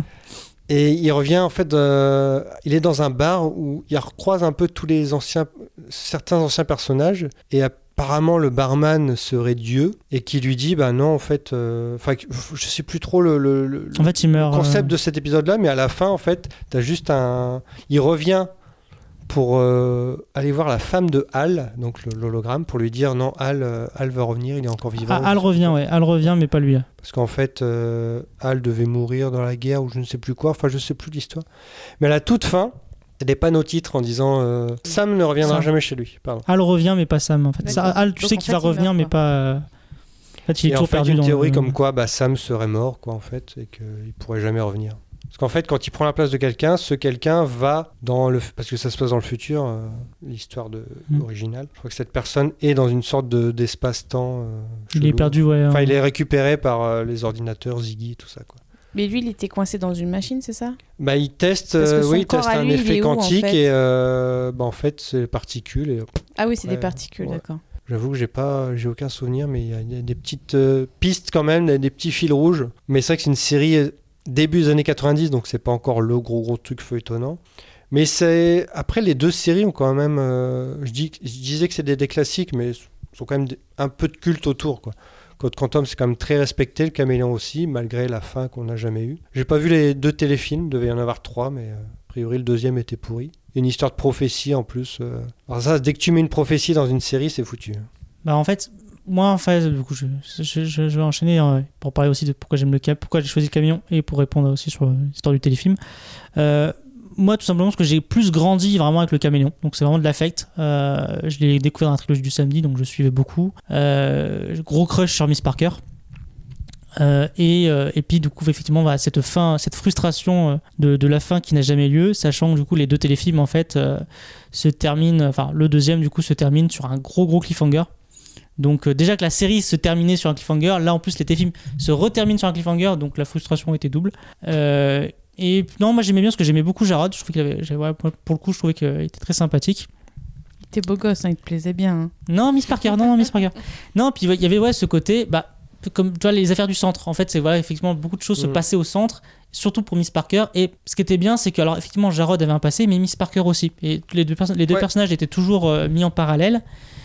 Et il revient, en fait, euh, il est dans un bar où il recroise un peu tous les anciens, certains anciens personnages. Et apparemment, le barman serait Dieu. Et qui lui dit, bah non, en fait, euh, enfin, je sais plus trop le, le- le- En fait, il meurt. le concept euh, de cet épisode-là, mais à la fin, en fait, t'as juste un. Il revient pour euh, aller voir la femme de Hal, donc le- l'hologramme, pour lui dire non, Hal, euh, Hal va revenir, il est encore vivant. Ah, Hal revient, ouais. Hal revient, mais pas lui. Parce qu'en fait, euh, Hal devait mourir dans la guerre ou je ne sais plus quoi, enfin, je sais plus l'histoire. Mais à la toute fin, il y a des panneaux titres en disant euh, Sam ne reviendra Sam. jamais chez lui. Pardon. Hal revient, mais pas Sam. En fait, ça, D'accord. Hal, tu Donc, sais en qu'il va fait, il revenir, meurt, mais quoi. pas. euh, En fait, il est Et en toujours fait, perdu une dans théorie le- comme quoi bah, Sam serait mort, quoi, en fait, et qu'il pourrait jamais revenir. Parce qu'en fait, quand il prend la place de quelqu'un, ce quelqu'un va dans le... Parce que ça se passe dans le futur, euh, l'histoire de... Mm. originale. Je crois que cette personne est dans une sorte de... d'espace-temps. euh, Il est chelou. perdu, ouais. Enfin, hein. il est récupéré par euh, les ordinateurs, Ziggy, tout ça, quoi. Mais lui, il était coincé dans une machine, c'est ça? Bah, il teste, Parce que euh, son oui, il corps teste à un lui, il effet est où, en quantique fait et euh, bah, en fait, c'est les particules. Et, Ah oui, c'est Ouais, des particules, ouais. d'accord. j'avoue que j'ai pas, j'ai aucun souvenir, mais il y, a- il y a des petites euh, pistes quand même, des, des petits fils rouges. Mais c'est vrai que c'est une série début des années quatre-vingt-dix, donc c'est pas encore le gros gros truc feuilletonnant. Mais c'est après les deux séries ont quand même, euh, je, dis, je disais que c'est des, des classiques, mais sont quand même des, un peu de culte autour, quoi. Code Quantum, c'est quand même très respecté, le Caméléon aussi, malgré la fin qu'on n'a jamais eue. J'ai pas vu les deux téléfilms, il devait y en avoir trois, mais euh, a priori le deuxième était pourri. Une histoire de prophétie en plus. Euh... Alors ça, dès que tu mets une prophétie dans une série, c'est foutu. Bah en fait, moi en fait, du coup, je, je, je, je vais enchaîner euh, pour parler aussi de pourquoi j'aime le cap, pourquoi j'ai choisi le Caméléon et pour répondre aussi sur l'histoire du téléfilm. Euh, Moi, tout simplement, parce que j'ai plus grandi vraiment avec le Caméléon. Donc, c'est vraiment de l'affect. Euh, je l'ai découvert dans la trilogie du samedi, donc je suivais beaucoup. Euh, gros crush sur Miss Parker. Euh, et, euh, et puis, du coup, effectivement, bah, cette fin, cette frustration de, de la fin qui n'a jamais lieu, sachant que, du coup, les deux téléfilms, en fait, euh, se terminent... Enfin, le deuxième, du coup, se termine sur un gros, gros cliffhanger. Donc, euh, déjà que la série se terminait sur un cliffhanger, là, en plus, les téléfilms se reterminent sur un cliffhanger, donc la frustration était double. Euh, Et non, moi j'aimais bien parce que j'aimais beaucoup Jarod. Je trouvais qu'il avait, ouais, pour le coup, je trouvais qu'il était très sympathique. Il était beau gosse, hein, il te plaisait bien. Hein. Non, Miss Parker, non, non, Miss Parker. Non, puis il y avait ouais, ce côté, bah, comme tu vois, les affaires du centre. En fait, c'est voilà, effectivement, beaucoup de choses mmh. se passaient au centre, surtout pour Miss Parker. Et ce qui était bien, c'est que, alors, effectivement, Jarod avait un passé, mais Miss Parker aussi. Et les deux, perso- les deux ouais. personnages étaient toujours euh, mis en parallèle.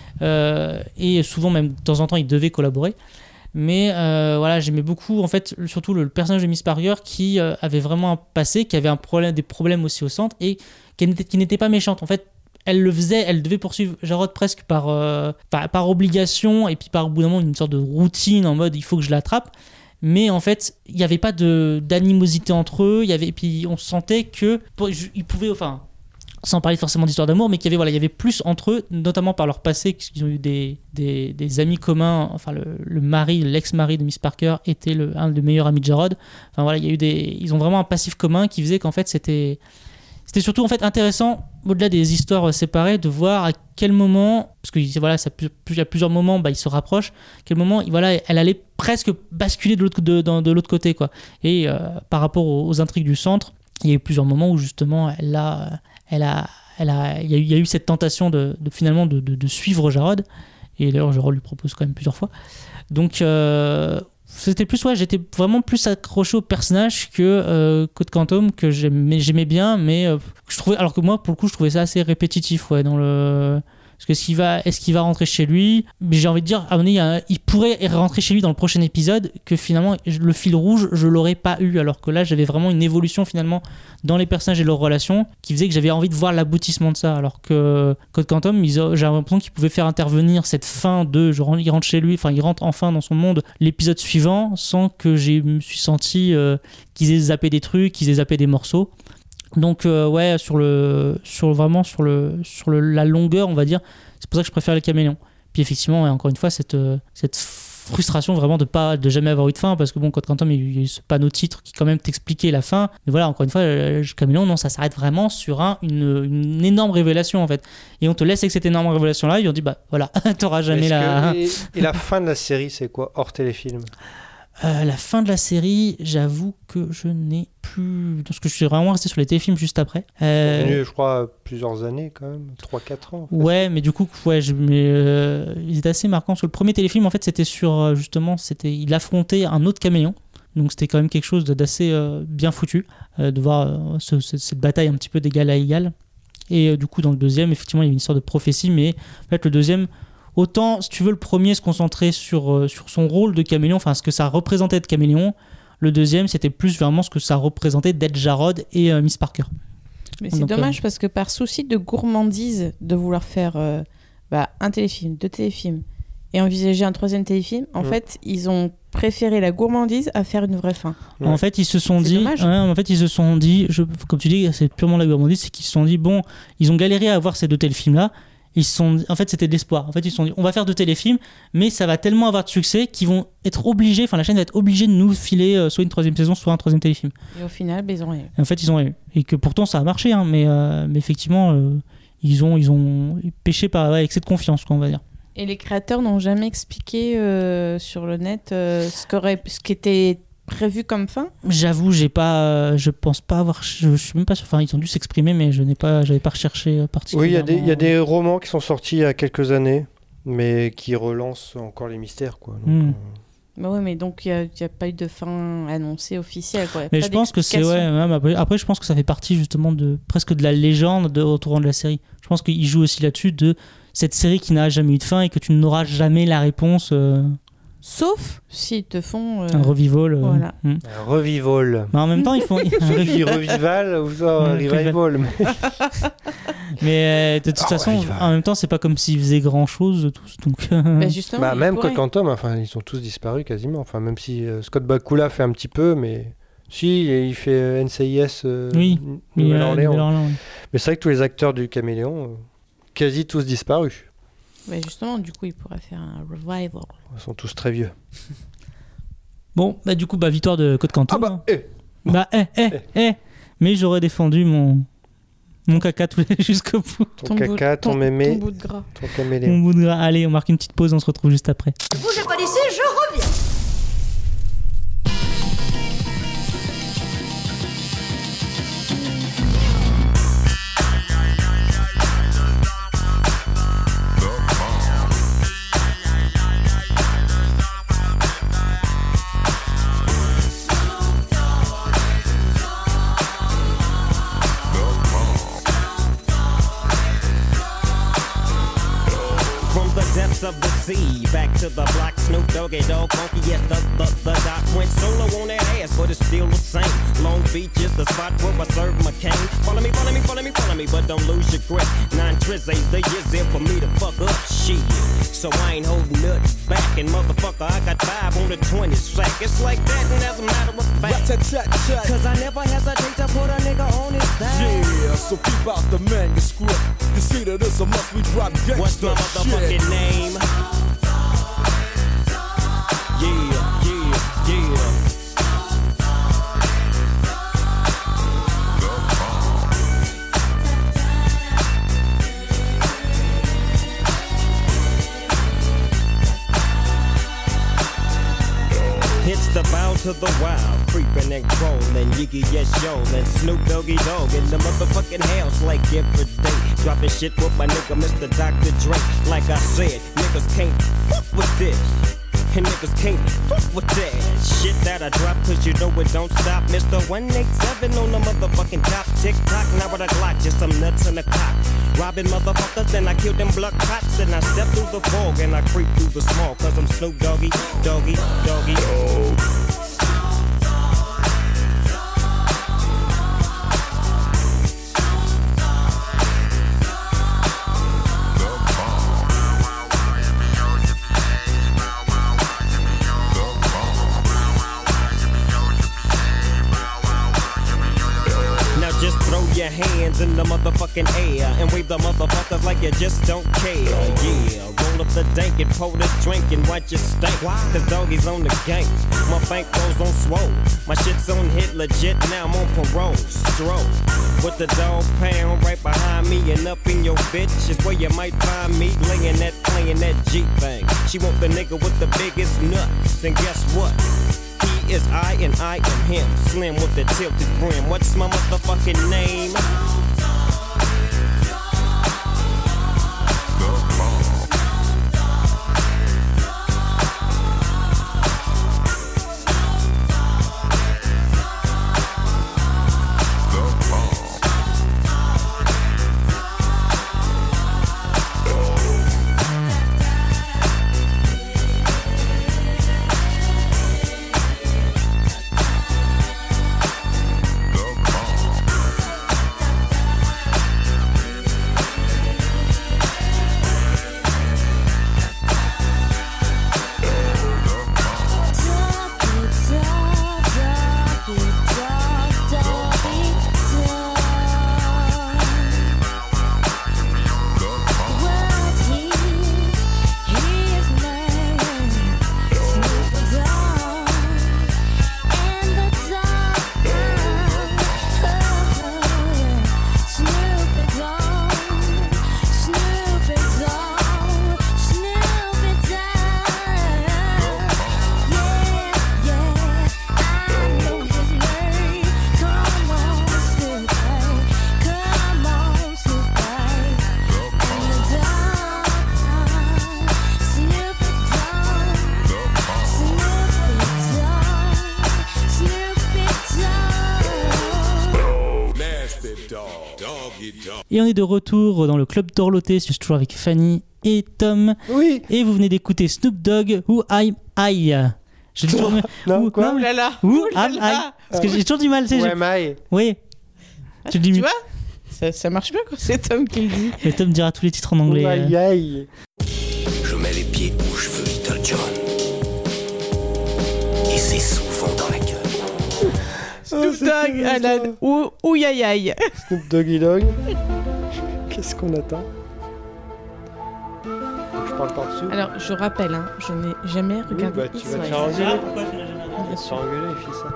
Euh, et souvent, même de temps en temps, ils devaient collaborer. Mais euh, voilà, j'aimais beaucoup, en fait, surtout le, le personnage de Miss Parker qui euh, avait vraiment un passé, qui avait un problème, des problèmes aussi au centre et qui n'était, qui n'était pas méchante. En fait, elle le faisait, elle devait poursuivre Jarod presque par, euh, par, par obligation et puis par au bout d'un moment une sorte de routine en mode il faut que je l'attrape. Mais en fait, il n'y avait pas de, d'animosité entre eux. Il y avait, et puis on sentait que pour, ils pouvaient, enfin, sans parler forcément d'histoire d'amour, mais qu'il y avait, voilà, il y avait plus entre eux, notamment par leur passé, qu'ils ont eu des, des, des amis communs. Enfin, le, le mari, l'ex-mari de Miss Parker était le, un des meilleurs amis de Jarod. Enfin voilà, il y a eu des, ils ont vraiment un passif commun qui faisait qu'en fait c'était, c'était surtout en fait intéressant, au-delà des histoires séparées, de voir à quel moment, parce que voilà, ça, il y a plusieurs moments, bah, ils se rapprochent, à quel moment, voilà, elle allait presque basculer de l'autre, de, de, de l'autre côté, quoi. Et euh, par rapport aux, aux intrigues du centre, il y a eu plusieurs moments où justement elle a Elle a, elle a, il y a eu, il y a eu cette tentation de, de finalement de, de, de suivre Jarod, et d'ailleurs Jarod lui propose quand même plusieurs fois. Donc euh, c'était plus, ouais, j'étais vraiment plus accroché au personnage que euh, Code Quantum, que j'aimais, j'aimais bien, mais euh, je trouvais, alors que moi pour le coup je trouvais ça assez répétitif, ouais, dans le. Parce que est-ce qu'il va, est-ce qu'il va rentrer chez lui ? Mais j'ai envie de dire, à mon avis, il, un, il pourrait rentrer chez lui dans le prochain épisode, que finalement, le fil rouge, je l'aurais pas eu. Alors que là, j'avais vraiment une évolution finalement dans les personnages et leurs relations qui faisait que j'avais envie de voir l'aboutissement de ça. Alors que Code Quantum, ils ont, j'ai l'impression qu'ils pouvaient faire intervenir cette fin de, genre, il rentre chez lui, enfin, il rentre enfin dans son monde, l'épisode suivant, sans que je me suis senti euh, qu'ils aient zappé des trucs, qu'ils aient zappé des morceaux. Donc euh, ouais, sur le, sur vraiment sur le, sur le, la longueur, on va dire, c'est pour ça que je préfère le Caméléon. Puis effectivement, ouais, encore une fois, cette, cette frustration vraiment de pas, de jamais avoir eu de fin, parce que bon, Code Quantum, il y a eu ce panneau titre qui quand même t'expliquait la fin. Mais voilà, encore une fois, le Caméléon, non, ça s'arrête vraiment sur un, une, une énorme révélation en fait. Et on te laisse avec cette énorme révélation là, et on dit bah voilà, t'auras jamais la. Et, et la fin de la série, c'est quoi hors téléfilm? Euh, la fin de la série, j'avoue que je n'ai plus... Parce que je suis vraiment resté sur les téléfilms juste après. Euh... Revenu, je crois, plusieurs années quand même, trois quatre ans. En fait. Ouais, mais du coup, ouais, je... mais, euh... il était assez marquant. Parce que le premier téléfilm, en fait, c'était sur, justement, c'était... il affrontait un autre caméléon. Donc c'était quand même quelque chose d'assez euh, bien foutu, euh, de voir euh, ce, ce, cette bataille un petit peu d'égal à égal. Et euh, du coup, dans le deuxième, effectivement, il y a une histoire de prophétie, mais en fait, le deuxième... Autant, si tu veux, le premier se concentrer sur, euh, sur son rôle de caméléon, enfin ce que ça représentait de caméléon. Le deuxième, c'était plus vraiment ce que ça représentait d'être Jarod et euh, Miss Parker. Mais c'est Donc, dommage euh... parce que par souci de gourmandise de vouloir faire euh, bah, un téléfilm, deux téléfilms et envisager un troisième téléfilm, en mmh. fait, ils ont préféré la gourmandise à faire une vraie fin. Ouais. En fait, ils se sont c'est dit, dommage. Ouais, en fait, ils se sont dit, je, comme tu dis, c'est purement la gourmandise, c'est qu'ils se sont dit, bon, ils ont galéré à avoir ces deux téléfilms-là. Ils sont, en fait, c'était de l'espoir. En fait, ils se sont dit, on va faire deux téléfilms, mais ça va tellement avoir de succès qu'ils vont être obligés, enfin, la chaîne va être obligée de nous filer euh, soit une troisième saison, soit un troisième téléfilm. Et au final, bah, ils ont rien eu. Et en fait, ils ont rien eu. Et que pourtant, ça a marché, hein, mais, euh, mais effectivement, euh, ils ont, ils ont pêché par, ouais, avec cette confiance, quoi, on va dire. Et les créateurs n'ont jamais expliqué euh, sur le net euh, ce, qu'aurait, ce qui était prévu comme fin. J'avoue, j'ai pas, euh, je pense pas avoir, je, je suis même pas sûr. Enfin, ils ont dû s'exprimer, mais je n'ai pas, j'avais pas recherché particulièrement. Oui, il y a des, il y a des romans qui sont sortis il y a quelques années, mais qui relancent encore les mystères, quoi. Donc, mmh. euh, Bah ouais, mais donc il n'y a, y a pas eu de fin annoncée officielle. Quoi. Y a Mais pas je pense que c'est ouais, d'explication. ouais, mais après, après je pense que ça fait partie justement de presque de la légende de autour de la série. Je pense qu'il joue aussi là-dessus de cette série qui n'a jamais eu de fin et que tu n'auras jamais la réponse. Euh, Sauf s'ils te font. euh, un revival. euh, Voilà. hmm. Un revival. Mais en même temps, ils font. Ceux qui revival ou ça, un Hmm, revival. Mais... Mais euh, de toute Ah, façon, revival. en même temps, c'est pas comme s'ils faisaient grand chose tous. Donc. euh, Bah, justement, Bah, ils même pourraient. Code Quantum, enfin, ils sont tous disparus quasiment. Enfin, même si euh, Scott Bakula fait un petit peu, mais si, il fait euh, N C I S euh, Oui, N- il y a- Nouvelle-Orléans. Nouvelle-Orléans, oui. Mais c'est vrai que tous les acteurs du Caméléon, euh, quasi tous disparus. Bah, justement, du coup, ils pourraient faire un revival. Ils sont tous très vieux. Bon, bah du coup, bah victoire de Code Quantum. Ah bah, eh. Bah, eh, eh, eh. Mais j'aurais défendu mon mon caca tout jusqu'au bout. Ton, caca, bout, ton, mémé, ton bout de gras. ton Mon caméléon. bout de gras. Allez, on marque une petite pause, on se retrouve juste après. Ne bougez pas d'ici, je reviens. From the depths of the sea, back to the block, Snoop Doggy Dogg, funky as the, the, the doc went solo on that ass, but it's still the same. Long Beach is the spot where I serve my cane. Follow me, follow me, follow me, follow me, but don't lose your grip. Nine trizzies, the years there for me to fuck up shit. So I ain't holding nothing back, and motherfucker, I got five on the twenty sack. It's like that, and as a matter of fact, cause I never hesitate to put a nigga on his back. Yeah, so keep out the manuscript. You see that it's a must we drop gangsta What's my motherfucking shit. name? Yeah, yeah, yeah. It's the bow to the wild, creeping and crawling, Yiggy yes yo, and Snoop Doggy Dogg in the motherfucking house like every day. Dropping shit with my nigga Mister Doctor Dre. Like I said, niggas can't fuck with this. And niggas can't fuck with that shit that I drop, cause you know it don't stop. Mister one eighty-seven on the motherfucking top. Tick tock, now with a Glock, just some nuts in the cock. Robbing motherfuckers, then I kill them blood cops. And I step through the fog and I creep through the small, cause I'm Snoop Doggy, Doggy, Doggy. Now just throw your hands in the motherfucking air and wave the motherfuckers like you just don't care. Yeah, roll up the dank and pour the drink and watch it stink. Cause doggies on the gang. My bank rolls on swole. My shit's on hit legit, now I'm on parole. Stroll. With the dog pound right behind me and up in your bitch is where you might find me laying that, playing that G thing. She want the nigga with the biggest nuts. And guess what? He is I and I am him. Slim with the tilted brim. What's my motherfucking name? Et on est de retour dans le club d'Orloté, c'est toujours avec Fanny et Tom. Oui. Et vous venez d'écouter Snoop Dogg, Who I'm I. Je dis toujours. Non, Who, quoi Ouh là là. Who Ouh là am là. I Parce que j'ai toujours du mal, tu sais. Ouais, j'ai- Maï. Oui. Tu le dis Tu mieux. vois ça, ça marche bien quand c'est Tom qui le dit. Et Tom dira tous les titres en anglais. Aïe, euh. aïe. Je mets les pieds où je veux, Little John. Et c'est souvent dans la gueule. Snoop Dogg, Alan. Ou ou yaï yaï. Snoop Doggy Dogg. Qu'est-ce qu'on attend? Je parle par-dessus. Alors, je rappelle, hein, je n'ai jamais Oui, regardé bah, tu vas te X-Files. faire engueuler. Pourquoi tu l'as jamais regardé Bien Tu sûr. vas engueuler, les filles, ça.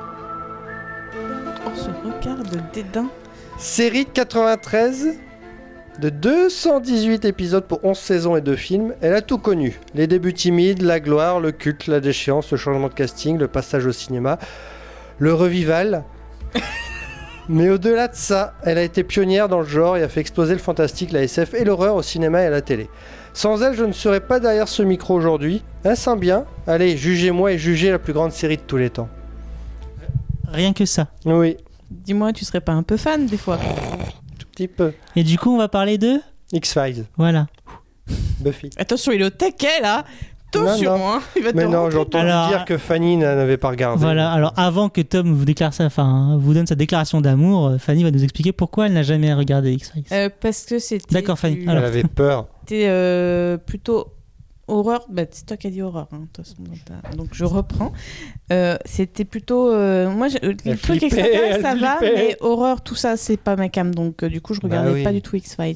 Oh, ce regard de dédain. Série de quatre-vingt-treize, de deux cent dix-huit épisodes pour onze saisons et deux films. Elle a tout connu. Les débuts timides, la gloire, le culte, la déchéance, le changement de casting, le passage au cinéma, le revival. Mais au-delà de ça, elle a été pionnière dans le genre et a fait exploser le fantastique, la S F et l'horreur au cinéma et à la télé. Sans elle, je ne serais pas derrière ce micro aujourd'hui. Elle sent bien. Allez, jugez-moi et jugez la plus grande série de tous les temps. Rien que ça. Oui, Dis-moi, tu serais pas un peu fan des fois? tout petit peu. Et du coup, on va parler de. X-Files, Voilà. Buffy. Attention, il est au taquet là. Attention, Non, non. hein. Il va te Mais non, rentrer j'entends Alors, dire que Fanny n'avait pas regardé. Voilà, alors avant que Tom vous déclare ça, enfin, vous donne sa déclaration d'amour, euh, Fanny va nous expliquer pourquoi elle n'a jamais regardé X-Files. Euh, parce que c'était. D'accord, Fanny. du- Alors. Elle avait peur. C'était euh, plutôt horreur. Bah, c'est toi qui as dit horreur. Hein, de toute façon, donc, t'as- donc je reprends. Euh, c'était plutôt. euh, moi, j'ai- le Elle truc flippait, extraterrestre, elle ça va, flippait. mais horreur, tout ça, c'est pas ma cam. Donc, euh, du coup, je Bah regardais oui. pas du tout X-Files.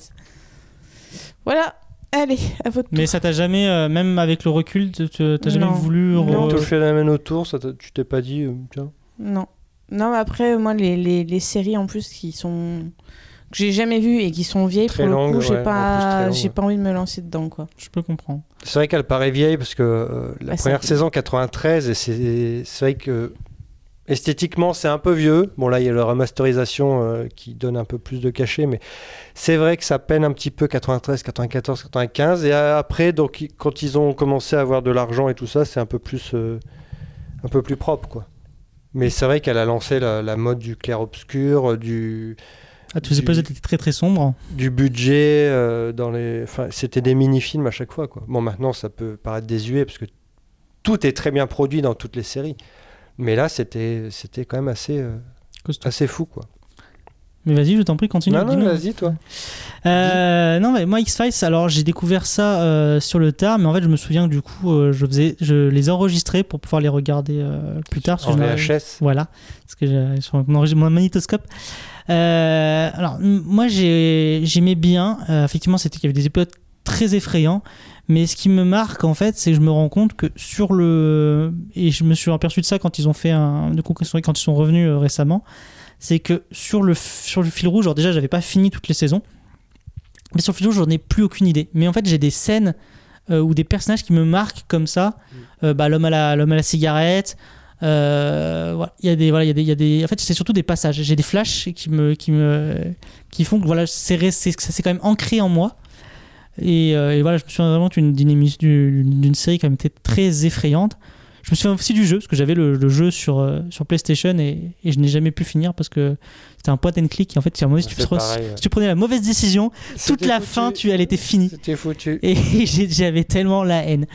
Voilà. Allez, à votre tour. Mais ça t'a jamais, euh, même avec le recul, t- t- t'as jamais Non. voulu. Non. re- Tout le phénomène autour, ça t'a- tu t'es pas dit, euh, tiens. Non. Non, mais après, moi, les, les, les séries en plus qui sont. que j'ai jamais vues et qui sont vieilles, Très pour le longues, coup, j'ai ouais, en plus, pas, très longues, j'ai ouais. pas envie de me lancer dedans, quoi. Je peux comprendre. C'est vrai qu'elle paraît vieille parce que euh, la Bah, ça première fait- saison quatre-vingt-treize, et c'est c'est vrai que esthétiquement c'est un peu vieux. Bon là il y a la remasterisation euh, qui donne un peu plus de cachet, mais c'est vrai que ça peine un petit peu quatre-vingt-treize, quatre-vingt-quatorze, quatre-vingt-quinze. Et euh, après, donc i- quand ils ont commencé à avoir de l'argent et tout ça, c'est un peu plus, euh, un peu plus propre, quoi. Mais c'est vrai qu'elle a lancé la, la mode du clair-obscur, du Ah, tous les Du- épisodes étaient très très sombres. du budget euh, dans les, enfin c'était des mini-films à chaque fois, quoi. Bon maintenant ça peut paraître désuet parce que tout est très bien produit dans toutes les séries, mais là c'était c'était quand même assez euh, Costaud. assez fou, quoi. Mais vas-y, je t'en prie, continue. Non non dis-nous. vas-y toi. Euh, non, mais moi, X-Files, alors j'ai découvert ça euh, sur le tard, mais en fait, je me souviens que du coup, euh, je, faisais, je les enregistrais pour pouvoir les regarder euh, plus tard. parce En que je V m'en- H S. Voilà, parce que j'ai sur mon, enregistre- mon magnétoscope. Euh, alors, m- moi, j'ai- j'aimais bien. Euh, effectivement, c'était qu'il y avait des épisodes très effrayants. Mais ce qui me marque, en fait, c'est que je me rends compte que sur le. Et je me suis aperçu de ça quand ils ont fait un. Du coup, quand ils sont revenus euh, récemment. C'est que sur le, f- sur le fil rouge, alors déjà, j'avais pas fini toutes les saisons. Mais sur le fil rouge, j'en ai plus aucune idée. Mais en fait, j'ai des scènes euh, ou des personnages qui me marquent comme ça. Euh, bah, l'homme à la, l'homme à la cigarette. Euh, voilà. Il y a des, voilà, il y a des, il y a des. En fait, c'est surtout des passages. J'ai des flashs qui me, qui me, qui font que voilà, c'est, resté- ça s'est quand même ancré en moi. Et, euh, et voilà, je me souviens vraiment d'une, d'une, émission- d'une, d'une série qui a été très effrayante. Je me souviens aussi du jeu, parce que j'avais le, le jeu sur, euh, sur PlayStation et, et je n'ai jamais pu finir parce que c'était un point and click. Et en fait, si, à un moment, si, tu, C'est pre- pareil, ouais. si tu prenais la mauvaise décision, toute C'était la foutu. fin, tu, elle était finie. C'était foutu. Et j'ai- j'avais tellement la haine.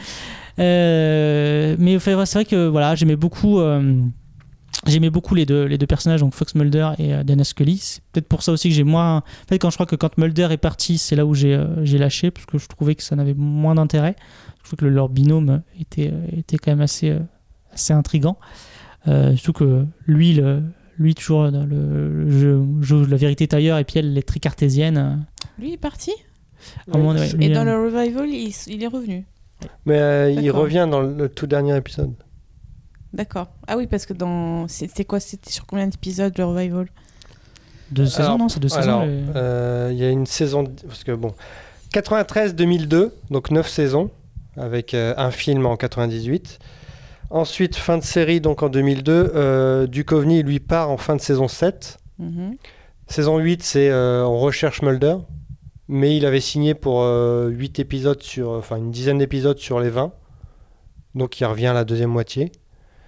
Euh, mais enfin, c'est vrai que voilà, j'aimais beaucoup, euh, j'aimais beaucoup les deux, les deux personnages, donc Fox Mulder et euh, Dana Scully. C'est peut-être pour ça aussi que j'ai moins. En fait, quand je crois que quand Mulder est parti, c'est là où j'ai euh, j'ai lâché parce que je trouvais que ça n'avait moins d'intérêt. Je trouvais que le- leur binôme était, euh, était quand même assez, euh, assez intriguant. Euh, surtout que lui, le, lui toujours dans le, le jeu, jeu La vérité est ailleurs et puis elle, elle est très cartésienne. Lui est parti. À un moment, ouais, Et lui, dans euh, le revival, il, il est revenu. Mais euh, il D'accord. revient dans le tout dernier épisode. D'accord. Ah oui, parce que dans. C'était quoi C'était sur combien d'épisodes le revival? Deux saisons, Alors, non? C'est deux alors, saisons. les- euh, il y a une saison parce que bon, quatre-vingt-treize deux mille deux, donc neuf saisons avec euh, un film en quatre-vingt-dix-huit. Ensuite, fin de série donc en deux mille deux, euh, Duchovny lui part en fin de saison sept. Mhm. Saison huit, c'est euh, on recherche Mulder, mais il avait signé pour euh, huit épisodes sur enfin une dizaine d'épisodes sur les vingt. Donc il revient à la deuxième moitié.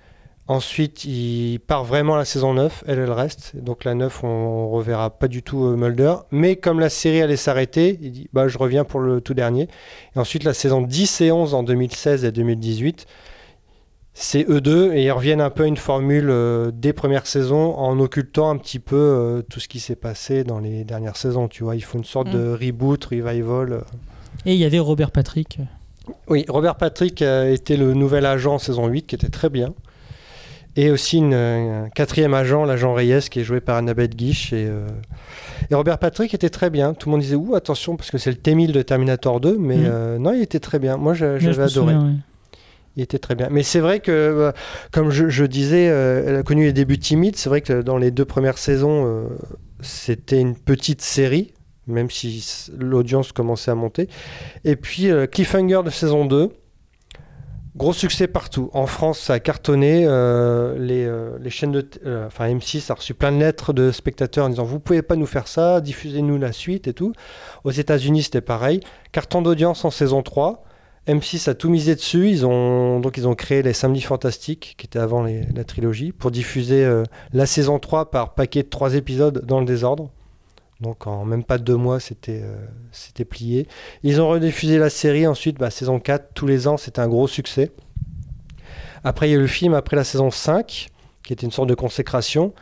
Ensuite, il part vraiment à la saison neuf, elle, elle reste. Donc la neuf, on ne reverra pas du tout euh, Mulder. Mais comme la série allait s'arrêter, il dit bah, je reviens pour le tout dernier. Et ensuite, la saison dix et onze en deux mille seize et deux mille dix-huit, c'est eux deux. Et ils reviennent un peu à une formule euh, des premières saisons en occultant un petit peu euh, tout ce qui s'est passé dans les dernières saisons. Tu vois, ils font une sorte mmh. de reboot, revival. Euh. Et il y avait Robert Patrick. Oui, Robert Patrick euh, était le nouvel agent en saison huit qui était très bien. Et aussi une, un quatrième agent, l'agent Reyes, qui est joué par Annabeth Guiche. Et, euh... et Robert Patrick était très bien. Tout le monde disait, ouh, attention, parce que c'est le T mille de Terminator deux. Mais mmh. euh, non, il était très bien. Moi, je, j'avais adoré. Souviens, oui. Il était très bien. Mais c'est vrai que, euh, comme je, je disais, euh, elle a connu les débuts timides. C'est vrai que dans les deux premières saisons, euh, c'était une petite série, même si l'audience commençait à monter. Et puis, euh, Cliffhanger de saison deux. Gros succès partout. En France, ça a cartonné. Euh, les, euh, les chaînes de... T- euh, enfin, M six a reçu plein de lettres de spectateurs en disant « Vous pouvez pas nous faire ça, diffusez-nous la suite et tout ». Aux États-Unis, c'était pareil. Carton d'audience en saison trois. M six a tout misé dessus. Ils ont, donc, ils ont créé les Samedis Fantastiques, qui étaient avant les, la trilogie, pour diffuser euh, la saison trois par paquet de trois épisodes dans le désordre. Donc en même pas deux mois, c'était, euh, c'était plié. Ils ont rediffusé la série ensuite, bah, saison quatre, tous les ans, c'était un gros succès. Après, il y a eu le film après la saison cinq, qui était une sorte de consécration.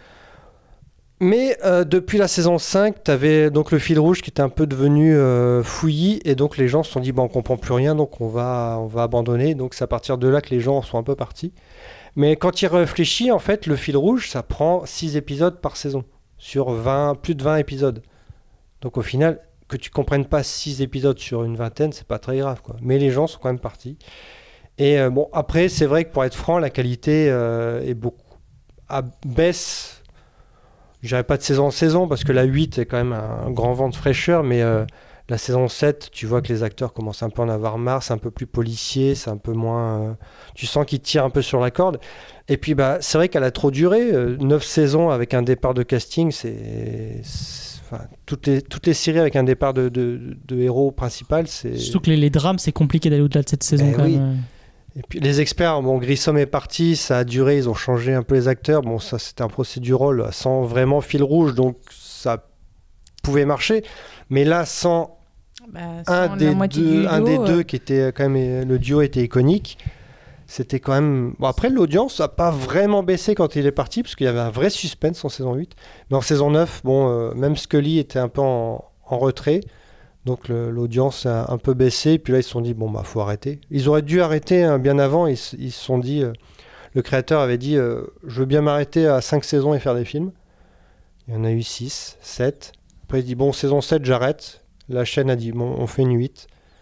Mais euh, depuis la saison cinq, tu avais donc le fil rouge qui était un peu devenu euh, fouillis, et donc les gens se sont dit, bah, on comprend plus rien, donc on va, on va abandonner. Donc c'est à partir de là que les gens sont un peu partis. Mais quand il réfléchit, en fait, le fil rouge, ça prend six épisodes par saison. Sur vingt, plus de vingt épisodes. Donc au final, que tu comprennes pas six épisodes sur une vingtaine, c'est pas très grave, quoi. Mais les gens sont quand même partis. Et euh, bon, après, c'est vrai que pour être franc, la qualité euh, est beaucoup à baisse. Je dirais pas de saison en saison, parce que la huit est quand même un, un grand vent de fraîcheur, mais euh, la saison sept, tu vois que les acteurs commencent un peu à en avoir marre, c'est un peu plus policier, c'est un peu moins... Euh, tu sens qu'ils tirent un peu sur la corde. Et puis, bah, c'est vrai qu'elle a trop duré. Euh, neuf saisons avec un départ de casting, c'est... c'est enfin, toutes, les, toutes les séries avec un départ de, de, de héros principal, c'est... Surtout que les, les drames, c'est compliqué d'aller au-delà de cette saison, eh quand oui. même. Et puis, les experts, bon, Grissom est parti, ça a duré, ils ont changé un peu les acteurs. Bon, ça, c'était un procédural sans vraiment fil rouge, donc ça pouvait marcher. Mais là, sans... Bah, un, des deux, un des deux qui était quand même, le duo était iconique. C'était quand même... Bon, après, l'audience n'a pas vraiment baissé quand il est parti, parce qu'il y avait un vrai suspense en saison huit. Mais en saison neuf, bon, euh, même Scully était un peu en, en retrait. Donc le, l'audience a un peu baissé. Et puis là, ils se sont dit, bon, bah, faut arrêter. Ils auraient dû arrêter hein, bien avant. Ils, ils se sont dit... Euh, le créateur avait dit, euh, je veux bien m'arrêter à cinq saisons et faire des films. Il y en a eu six, sept. Après, il dit, bon, saison sept, j'arrête. La chaîne a dit, bon, on fait une huit.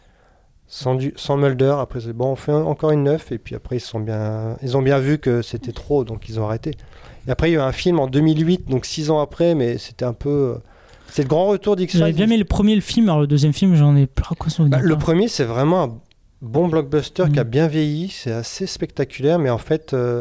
Sans, du, sans Mulder, après c'est bon, on fait un, encore une neuf, et puis après ils, sont bien, ils ont bien vu que c'était trop, donc ils ont arrêté. Et après il y a eu un film en deux mille huit, donc six ans après, mais c'était un peu... C'est le grand retour d'X-Files. J'avais bien aimé le premier, le film, alors le deuxième film, j'en ai pas quoi souvenir. Bah, le premier, c'est vraiment un bon blockbuster mmh. qui a bien vieilli, c'est assez spectaculaire, mais en fait... Euh,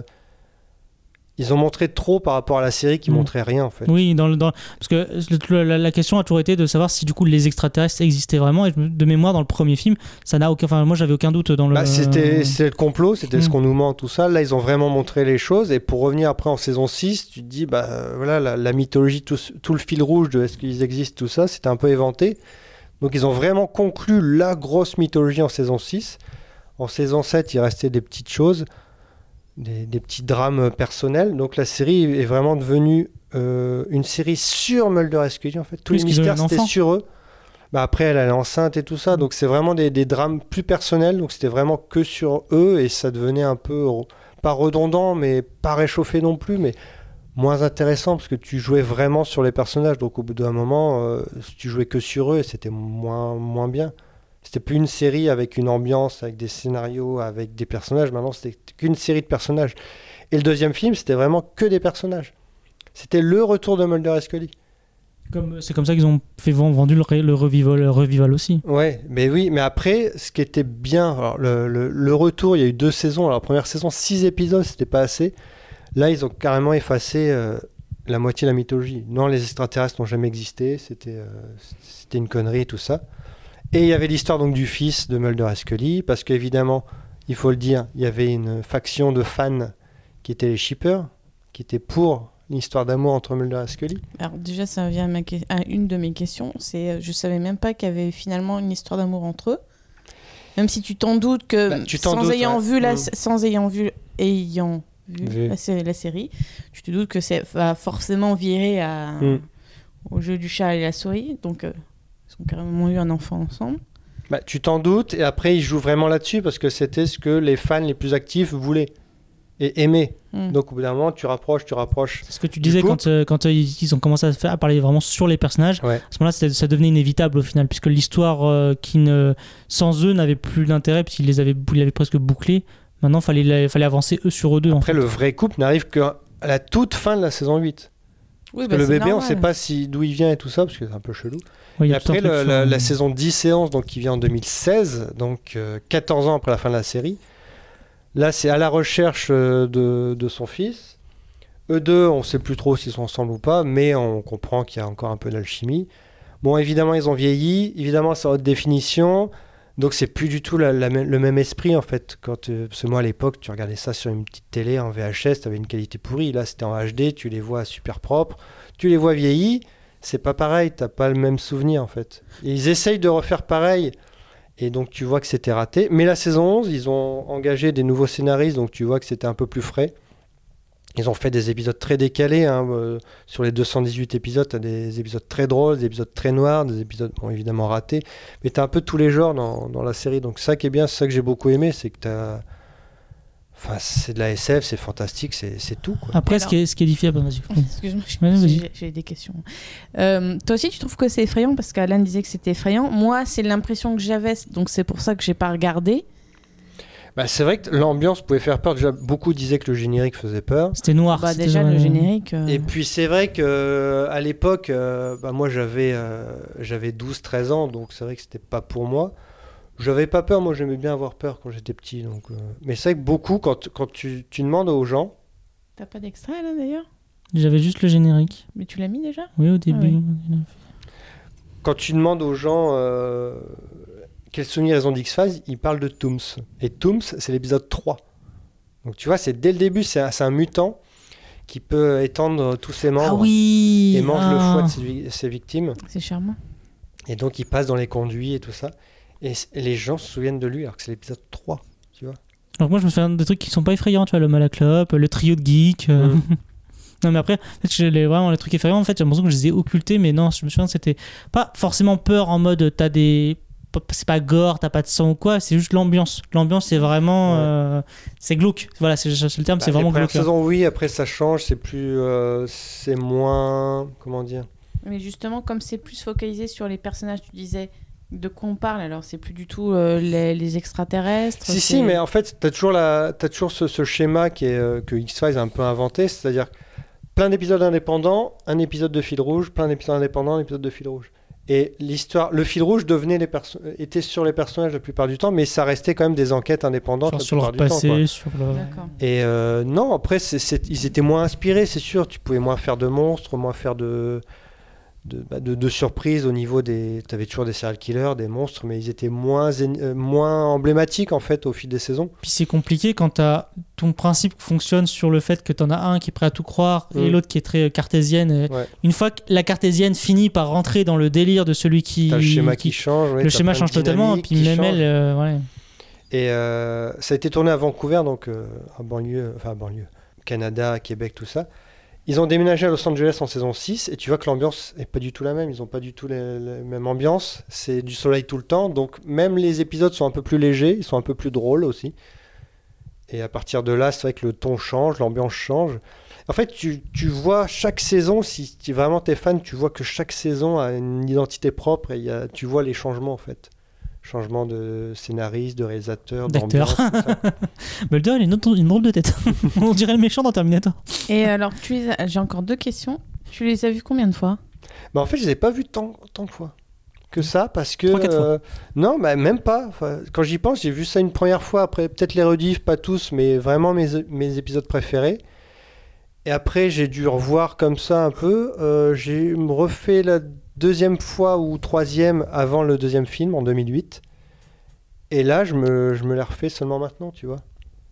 ils ont montré trop par rapport à la série qui mmh. montrait rien en fait. Oui, dans le, dans, parce que le, la, la question a toujours été de savoir si du coup les extraterrestres existaient vraiment. Et de mémoire, dans le premier film, ça n'a aucun. Enfin, moi, j'avais aucun doute dans le. Bah, c'était, euh... c'était le complot, c'était mmh. ce qu'on nous ment, tout ça. Là, ils ont vraiment montré les choses. Et pour revenir après en saison six, tu te dis, bah voilà, la, la mythologie, tout, tout le fil rouge de est-ce qu'ils existent, tout ça, c'était un peu éventé. Donc, ils ont vraiment conclu la grosse mythologie en saison six. En saison sept, il restait des petites choses. Des, des petits drames personnels. Donc la série est vraiment devenue euh, une série sur Mulder et Scully en fait. Tous les mystères c'était sur eux. Bah, après elle, elle est enceinte et tout ça, donc c'est vraiment des, des drames plus personnels, donc c'était vraiment que sur eux et ça devenait un peu, pas redondant mais pas réchauffé non plus, mais moins intéressant parce que tu jouais vraiment sur les personnages, donc au bout d'un moment euh, tu jouais que sur eux et c'était moins, moins bien. C'était plus une série avec une ambiance, avec des scénarios, avec des personnages. Maintenant, c'était qu'une série de personnages. Et le deuxième film, c'était vraiment que des personnages. C'était le retour de Mulder et Scully. Comme, c'est comme ça qu'ils ont fait vendu le, le, revival, le revival aussi. Ouais, mais oui, mais après, ce qui était bien, alors le, le, le retour, il y a eu deux saisons. Alors, la première saison, six épisodes, c'était pas assez. Là, ils ont carrément effacé euh, la moitié de la mythologie. Non, les extraterrestres n'ont jamais existé. C'était, euh, c'était une connerie et tout ça. Et il y avait l'histoire donc du fils de Mulder et Scully, parce qu'évidemment, il faut le dire, il y avait une faction de fans qui étaient les shippers, qui étaient pour l'histoire d'amour entre Mulder et Scully. Alors déjà, ça vient à, ma que- à une de mes questions. C'est, euh, je savais même pas qu'il y avait finalement une histoire d'amour entre eux. Même si tu t'en doutes que, Bah, tu t'en sans, doutes, ayant ouais. vu la, Mm. sans ayant vu, ayant vu Vu. la, sé- la série, tu te doutes que ça va forcément virer à, Mm. au jeu du chat et la souris. Donc, euh, ils ont carrément eu un enfant ensemble. Bah, tu t'en doutes, et après, ils jouent vraiment là-dessus parce que c'était ce que les fans les plus actifs voulaient et aimaient. Mm. Donc, au bout d'un moment, tu rapproches, tu rapproches. C'est ce que tu du disais couple. quand, euh, quand euh, ils ils ont commencé à, faire, à parler vraiment sur les personnages. Ouais. À ce moment-là, c'était- ça devenait inévitable au final, puisque l'histoire euh, qui ne, sans eux n'avait plus d'intérêt, puisqu'ils les avaient, bou- ils l'avaient presque bouclé. Maintenant, il fallait, la- fallait avancer eux sur eux deux. en Après, fait. le vrai couple n'arrive qu'à la toute fin de la saison huit. Oui, Parce bah, que le c'est bébé, on normal. sait pas si, d'où il vient et tout ça, parce que c'est un peu chelou. Ouais, il y Et a tout un après, truc le- sur- la, la saison dix séances, donc, qui vient en deux mille seize, donc euh, quatorze ans après la fin de la série. Là, c'est à la recherche euh, de, de son fils. Eux deux, on sait plus trop s'ils sont ensemble ou pas, mais on comprend qu'il y a encore un peu d'alchimie. Bon, évidemment, ils ont vieilli. Évidemment, c'est en haute définition. Donc, c'est plus du tout la- la même- le même esprit, en fait. Quand, euh, parce que moi, à l'époque, tu regardais ça sur une petite télé en V H S, tu avais une qualité pourrie. Là, c'était en H D, tu les vois super propres. Tu les vois vieillis. C'est pas pareil, t'as pas le même souvenir, en fait. Et ils essayent de refaire pareil. Et donc, tu vois que c'était raté. Mais la saison onze, ils ont engagé des nouveaux scénaristes, donc tu vois que c'était un peu plus frais. Ils ont fait des épisodes très décalés. Hein, euh, sur les deux cent dix-huit épisodes, tu as des épisodes très drôles, des épisodes très noirs, des épisodes bon, évidemment ratés. Mais tu as un peu tous les genres dans, dans la série. Donc ça qui est bien, c'est ça que j'ai beaucoup aimé, c'est que tu as... Enfin, c'est de la S F, c'est fantastique, c'est, c'est tout. Quoi. Après, Alors- ce qui est, ce qui est difficile, vas-y. Excuse-moi, Ouais, vas-y. j'ai, j'ai des questions. Euh, toi aussi, tu trouves que c'est effrayant parce qu'Alan disait que c'était effrayant. Moi, c'est l'impression que j'avais, donc c'est pour ça que j'ai pas regardé. Bah, c'est vrai que l'ambiance pouvait faire peur. Déjà, beaucoup disaient que le générique faisait peur. C'était noir. Bah, c'était déjà, genre, le euh, générique. euh, Et puis c'est vrai que à l'époque, euh, bah, moi j'avais, euh, j'avais douze treize ans, donc c'est vrai que c'était pas pour moi. J'avais pas peur, moi j'aimais bien avoir peur quand j'étais petit. Donc, euh, Mais c'est vrai que beaucoup, quand, quand tu, tu demandes aux gens, T'as pas d'extrait là d'ailleurs? J'avais juste le générique. Mais tu l'as mis déjà? Oui, au début. oui. quand tu demandes aux gens euh, quels souvenirs ils ont d'X-Files, ils parlent de Tooms. Et Tooms, c'est l'épisode trois. Donc tu vois, c'est dès le début, c'est un, c'est un mutant qui peut étendre tous ses membres Ah oui et mange le ah. foie de ses, vi- ses victimes. C'est charmant. Et donc il passe dans les conduits et tout ça. Et, c- et les gens se souviennent de lui alors que c'est l'épisode trois, tu vois. Alors moi, je me souviens des trucs qui sont pas effrayants, tu vois, le mal à clope, le trio de geeks. euh. Mm. Non, mais après, en fait, j'ai les, vraiment les trucs effrayants, en fait, j'ai l'impression que je les ai occultés, mais non, je me souviens que c'était pas forcément peur en mode t'as des. C'est pas gore, t'as pas de sang ou quoi, c'est juste l'ambiance. L'ambiance, c'est vraiment. Ouais. euh, c'est glauque. Voilà, c'est, c'est le terme, c'est Bah, vraiment les premières glauque. là. saisons, oui, après ça change, c'est plus. euh, c'est moins. Comment dire Mais justement, comme c'est plus focalisé sur les personnages, tu disais de quoi on parle, alors c'est plus du tout euh, les, les extraterrestres. Si, c'est- si, mais en fait, tu as toujours, la, t'as toujours ce, ce schéma qui est, euh, que X-Files a un peu inventé, c'est-à-dire plein d'épisodes indépendants, un épisode de fil rouge, plein d'épisodes indépendants, un épisode de fil rouge. Et l'histoire, le fil rouge devenait les perso- était sur les personnages la plupart du temps, mais ça restait quand même des enquêtes indépendantes Genre la sur leur plupart du temps, passé, quoi. sur le. D'accord. Et euh, non, après, c'est, c'est- ils étaient moins inspirés, c'est sûr. Tu pouvais moins faire de monstres, moins faire de, de, bah, de, de surprises au niveau des... Tu avais toujours des serial killers, des monstres, mais ils étaient moins, zén- euh, moins emblématiques, en fait, au fil des saisons. Puis c'est compliqué quand t'as ton principe fonctionne sur le fait que t'en as un qui est prêt à tout croire et Mm. l'autre qui est très cartésienne. Et Ouais. une fois que la cartésienne finit par rentrer dans le délire de celui qui. T'as le schéma qui, change. ouais, le t'as schéma plein de change totalement. Et dynamiques puis qui même changent. elle. euh, ouais. Et euh, ça a été tourné à Vancouver, donc euh, en banlieue, enfin banlieue, Canada, Québec, tout ça. Ils ont déménagé à Los Angeles en saison six, et tu vois que l'ambiance est pas du tout la même. Ils n'ont pas du tout la même ambiance. C'est du soleil tout le temps, donc même les épisodes sont un peu plus légers, ils sont un peu plus drôles aussi. Et à partir de là, c'est vrai que le ton change, l'ambiance change. En fait, tu, tu vois chaque saison, si tu, vraiment t'es fan, tu vois que chaque saison a une identité propre, et il y a, tu vois les changements en fait. Changement de scénariste, de réalisateur, D'acteur. d'ambiance, tout ça. Mulder, il a une, autre- une drôle de tête. On dirait le méchant dans Terminator. Et alors, tu les as- j'ai encore deux questions. Tu les as vus combien de fois? Bah, en fait, je les ai pas vus tant, tant de fois que ça, parce que... Trois, quatre fois. euh, non, bah, même pas. Enfin, quand j'y pense, j'ai vu ça une première fois, après peut-être les rediffs, pas tous, mais vraiment mes, mes épisodes préférés. Et après, j'ai dû revoir comme ça un peu. Euh, j'ai refait la deuxième fois ou troisième avant le deuxième film, en deux mille huit. Et là, je me, je me l'ai refait seulement maintenant, tu vois.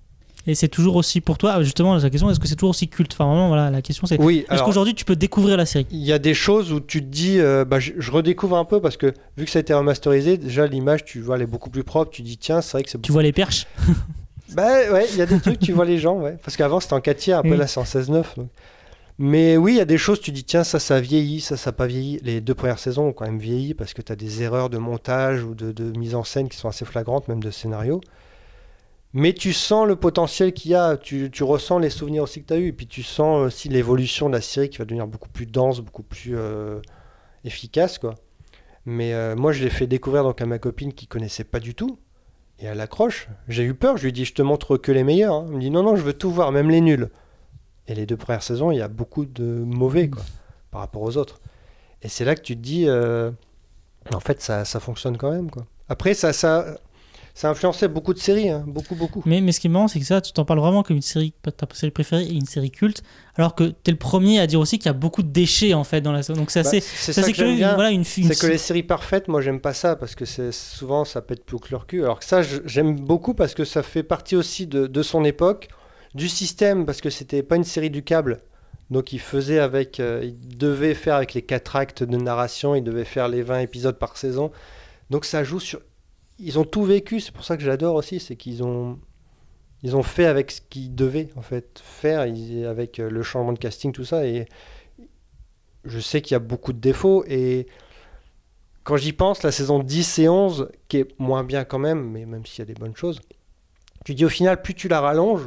Et c'est toujours aussi pour toi, justement, la question, est-ce que c'est toujours aussi culte? Enfin, vraiment, voilà, la question c'est, Oui, est-ce alors- qu'aujourd'hui tu peux découvrir la série? Il y a des choses où tu te dis, euh, bah, je, je redécouvre un peu parce que vu que ça a été remasterisé, déjà l'image, tu vois, elle est beaucoup plus propre. Tu dis, tiens, c'est vrai que c'est. Tu vois les perches? Bah ouais, il y a des trucs, tu vois les gens, ouais. Parce qu'avant c'était en quatre tiers, après Oui. là c'est en seize neuf. donc. Mais oui, il y a des choses, tu dis, tiens, ça, ça a vieilli, ça, ça n'a pas vieilli. Les deux premières saisons ont quand même vieilli parce que tu as des erreurs de montage ou de, de mise en scène qui sont assez flagrantes, même de scénario. Mais tu sens le potentiel qu'il y a, tu, tu ressens les souvenirs aussi que tu as eu, et puis tu sens aussi l'évolution de la série qui va devenir beaucoup plus dense, beaucoup plus euh, efficace, quoi. Mais euh, moi, je l'ai fait découvrir donc à ma copine qui connaissait pas du tout, et elle accroche. J'ai eu peur, je lui ai dit, je te montre que les meilleurs. hein. Elle me dit, non, non, je veux tout voir, même les nuls. Et les deux premières saisons, il y a beaucoup de mauvais, quoi, par rapport aux autres. Et c'est là que tu te dis, euh, en fait, ça, ça fonctionne quand même, quoi. Après, ça, ça, ça a influencé beaucoup de séries, hein, beaucoup, beaucoup. Mais, mais ce qui est marrant, c'est que ça, tu t'en parles vraiment comme une série, ta série préférée et une série culte, alors que t'es le premier à dire aussi qu'il y a beaucoup de déchets en fait dans la série. Donc c'est Bah, assez, c'est c'est ça assez que j'aime curieux. bien. Voilà, une, une- C'est que les séries parfaites, moi j'aime pas ça parce que c'est souvent ça pète plus que leur cul. Alors que ça, je- j'aime beaucoup parce que ça fait partie aussi de, de son époque, du système parce que c'était pas une série du câble. Donc il faisait avec, euh, il devait faire avec les quatre actes de narration, il devait faire les vingt épisodes par saison. Donc ça joue sur, ils ont tout vécu. C'est pour ça que j'adore aussi, c'est qu'ils ont Ils ont fait avec ce qu'ils devaient en fait faire, ils- avec euh, le changement de casting, tout ça. Et je sais qu'il y a beaucoup de défauts. Et quand j'y pense, la saison dix et onze, qui est moins bien quand même, mais même s'il y a des bonnes choses, tu dis au final, plus tu la rallonges,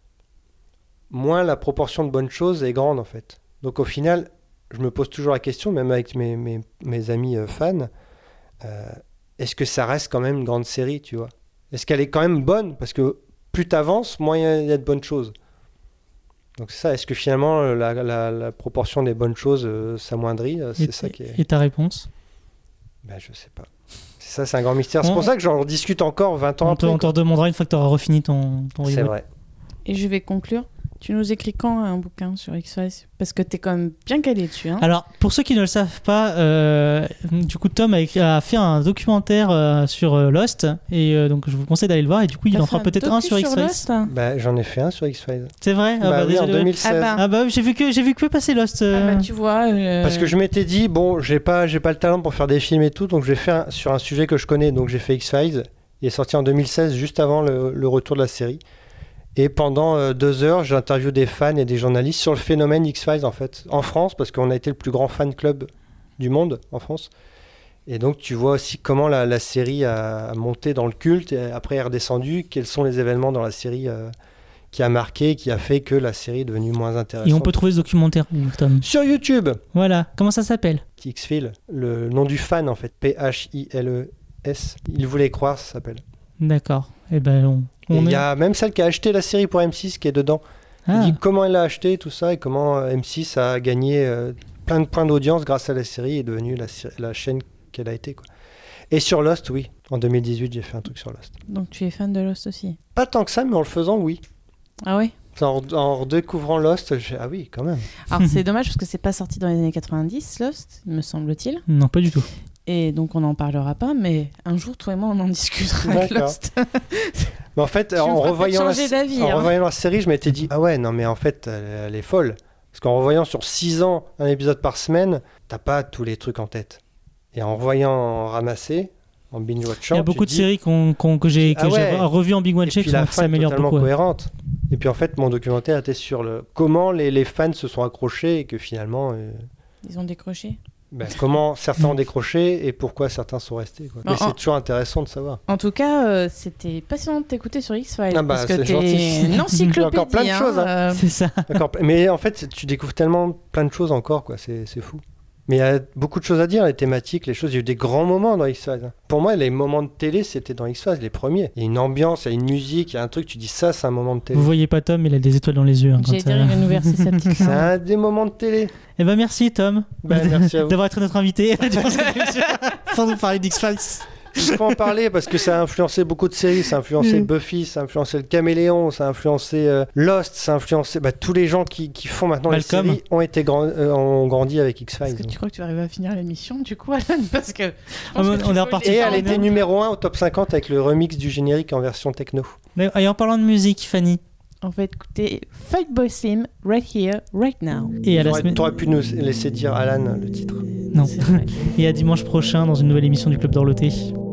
moins la proportion de bonnes choses est grande en fait. Donc au final, je me pose toujours la question, même avec mes, mes, mes amis euh, fans, euh, est-ce que ça reste quand même une grande série, tu vois? Est-ce qu'elle est quand même bonne? Parce que plus tu avances, moins il y, a- il y a de bonnes choses. Donc c'est ça, est-ce que finalement euh, la, la- la proportion des bonnes choses euh, s'amoindrit? Euh, C'est et, ça qui est... et ta réponse? Ben, je sais pas. C'est ça, c'est un grand mystère. C'est On- pour ça que j'en discute encore vingt ans On te, après. on te redemandera une fois que tu auras refini ton, ton C'est reboot. vrai. Et je vais conclure. Tu nous écris quand un bouquin sur X-Files? Parce que t'es quand même bien calé dessus. Hein. Alors, pour ceux qui ne le savent pas, euh, du coup, Tom a, écrit, a fait un documentaire euh, sur euh, Lost, et euh, donc je vous conseille d'aller le voir, et du coup, il T'as en fait fera peut-être docu un sur X-Files. Lost Ben, j'en ai fait un sur X-Files. C'est vrai? Ah Bah bah, oui, en désolé. deux mille seize. Ah bah. Ah bah, j'ai vu que j'ai vu que passer Lost. euh. Ah bah, tu vois. euh, Parce que je m'étais dit, bon, j'ai pas, j'ai pas le talent pour faire des films et tout, donc je vais faire sur un sujet que je connais. Donc j'ai fait X-Files. Il est sorti en deux mille seize, juste avant le, le retour de la série. Et pendant euh, deux heures, j'ai interviewé des fans et des journalistes sur le phénomène X-Files, en fait, en France, parce qu'on a été le plus grand fan club du monde en France. Et donc tu vois aussi comment la, la série a, a monté dans le culte et après est redescendue. Quels sont les événements dans la série euh, qui a marqué, qui a fait que la série est devenue moins intéressante. Et on peut trouver ce documentaire où, Tom? Sur YouTube. Voilà. Comment ça s'appelle? X-Files, le nom du fan en fait, P H I L E S. Il voulait croire, ça s'appelle. D'accord. Et ben, on. Et on il est- y a même celle qui a acheté la série pour M six qui est dedans. Ah. Il dit comment elle l'a acheté, tout ça, et comment euh, M six a gagné euh, plein de points d'audience grâce à la série et est devenue la, sé- la chaîne qu'elle a été, quoi. Et sur Lost, oui. En deux mille dix-huit, j'ai fait un truc sur Lost. Donc tu es fan de Lost aussi? Pas tant que ça, mais en le faisant, oui. Ah ouais? En, en redécouvrant Lost, j'ai ah oui, quand même. Alors c'est dommage parce que c'est pas sorti dans les années quatre-vingt-dix, Lost, me semble-t-il. Non, pas du tout. Et donc on n'en parlera pas, mais un jour toi et moi on en discutera avec D'accord. Lost. Mais en fait, Tu me en feras peut-être revoyant, la, changer d'avis, en hein. revoyant la série, je m'étais dit, ah ouais, non mais en fait, elle, elle est folle. Parce qu'en revoyant sur six ans un épisode par semaine, t'as pas tous les trucs en tête. Et en revoyant en ramasser, en binge-watchant, Il y a tu beaucoup te de dis- séries qu'on, qu'on- que j'ai, que Ah j'ai ouais. revues en Big One Et Check puis la qui fin est s'améliorent totalement beaucoup. ouais. cohérente. Et puis en fait, mon documentaire était sur le comment les, les fans se sont accrochés et que finalement, euh, Ils ont décroché. ben, comment certains ont décroché et pourquoi certains sont restés, quoi. Bon, Mais en- c'est toujours intéressant de savoir. En tout cas, euh, c'était passionnant de t'écouter sur X-Files. Ah bah, parce que c'est t'es gentil. une encyclopédie. Il y a encore plein de choses, hein. euh, C'est ça. D'accord. Mais en fait, tu découvres tellement plein de choses encore, quoi. C'est, c'est fou. Mais il y a beaucoup de choses à dire, les thématiques, les choses. Il y a eu des grands moments dans X-Files. Pour moi, les moments de télé, c'était dans X-Files, les premiers. Il y a une ambiance, il y a une musique, il y a un truc, tu dis ça, c'est un moment de télé. Vous voyez pas Tom, il a des étoiles dans les yeux. Hein, J'ai quand, été euh, il va nous verser sa petite C'est larme. un des moments de télé. Eh ben merci Tom Ben, merci à vous. d'avoir été notre invité durant cette émission pour nous parler d'X-Files. Il faut en parler parce que ça a influencé beaucoup de séries. Ça a influencé Mm. Buffy, ça a influencé Le Caméléon, ça a influencé euh, Lost, ça a influencé bah, tous les gens qui, qui font maintenant Malcolm. les séries ont, été grand- euh, ont grandi avec Est-ce X-Files. que tu crois que tu arrives à finir l'émission du coup, Alan? Parce que. je Ah, pense on- que on tu est peux reparti les Et sur elle faire était bien. numéro un au top cinquante avec le remix du générique en version techno. Et en parlant de musique, Fanny, On va écouter Fatboy Slim, Right Here, Right Now. Et à la T'aurais, semaine. t'aurais pu nous laisser dire Alan le titre. Non. Et à dimanche prochain dans une nouvelle émission du Club d'Orloté.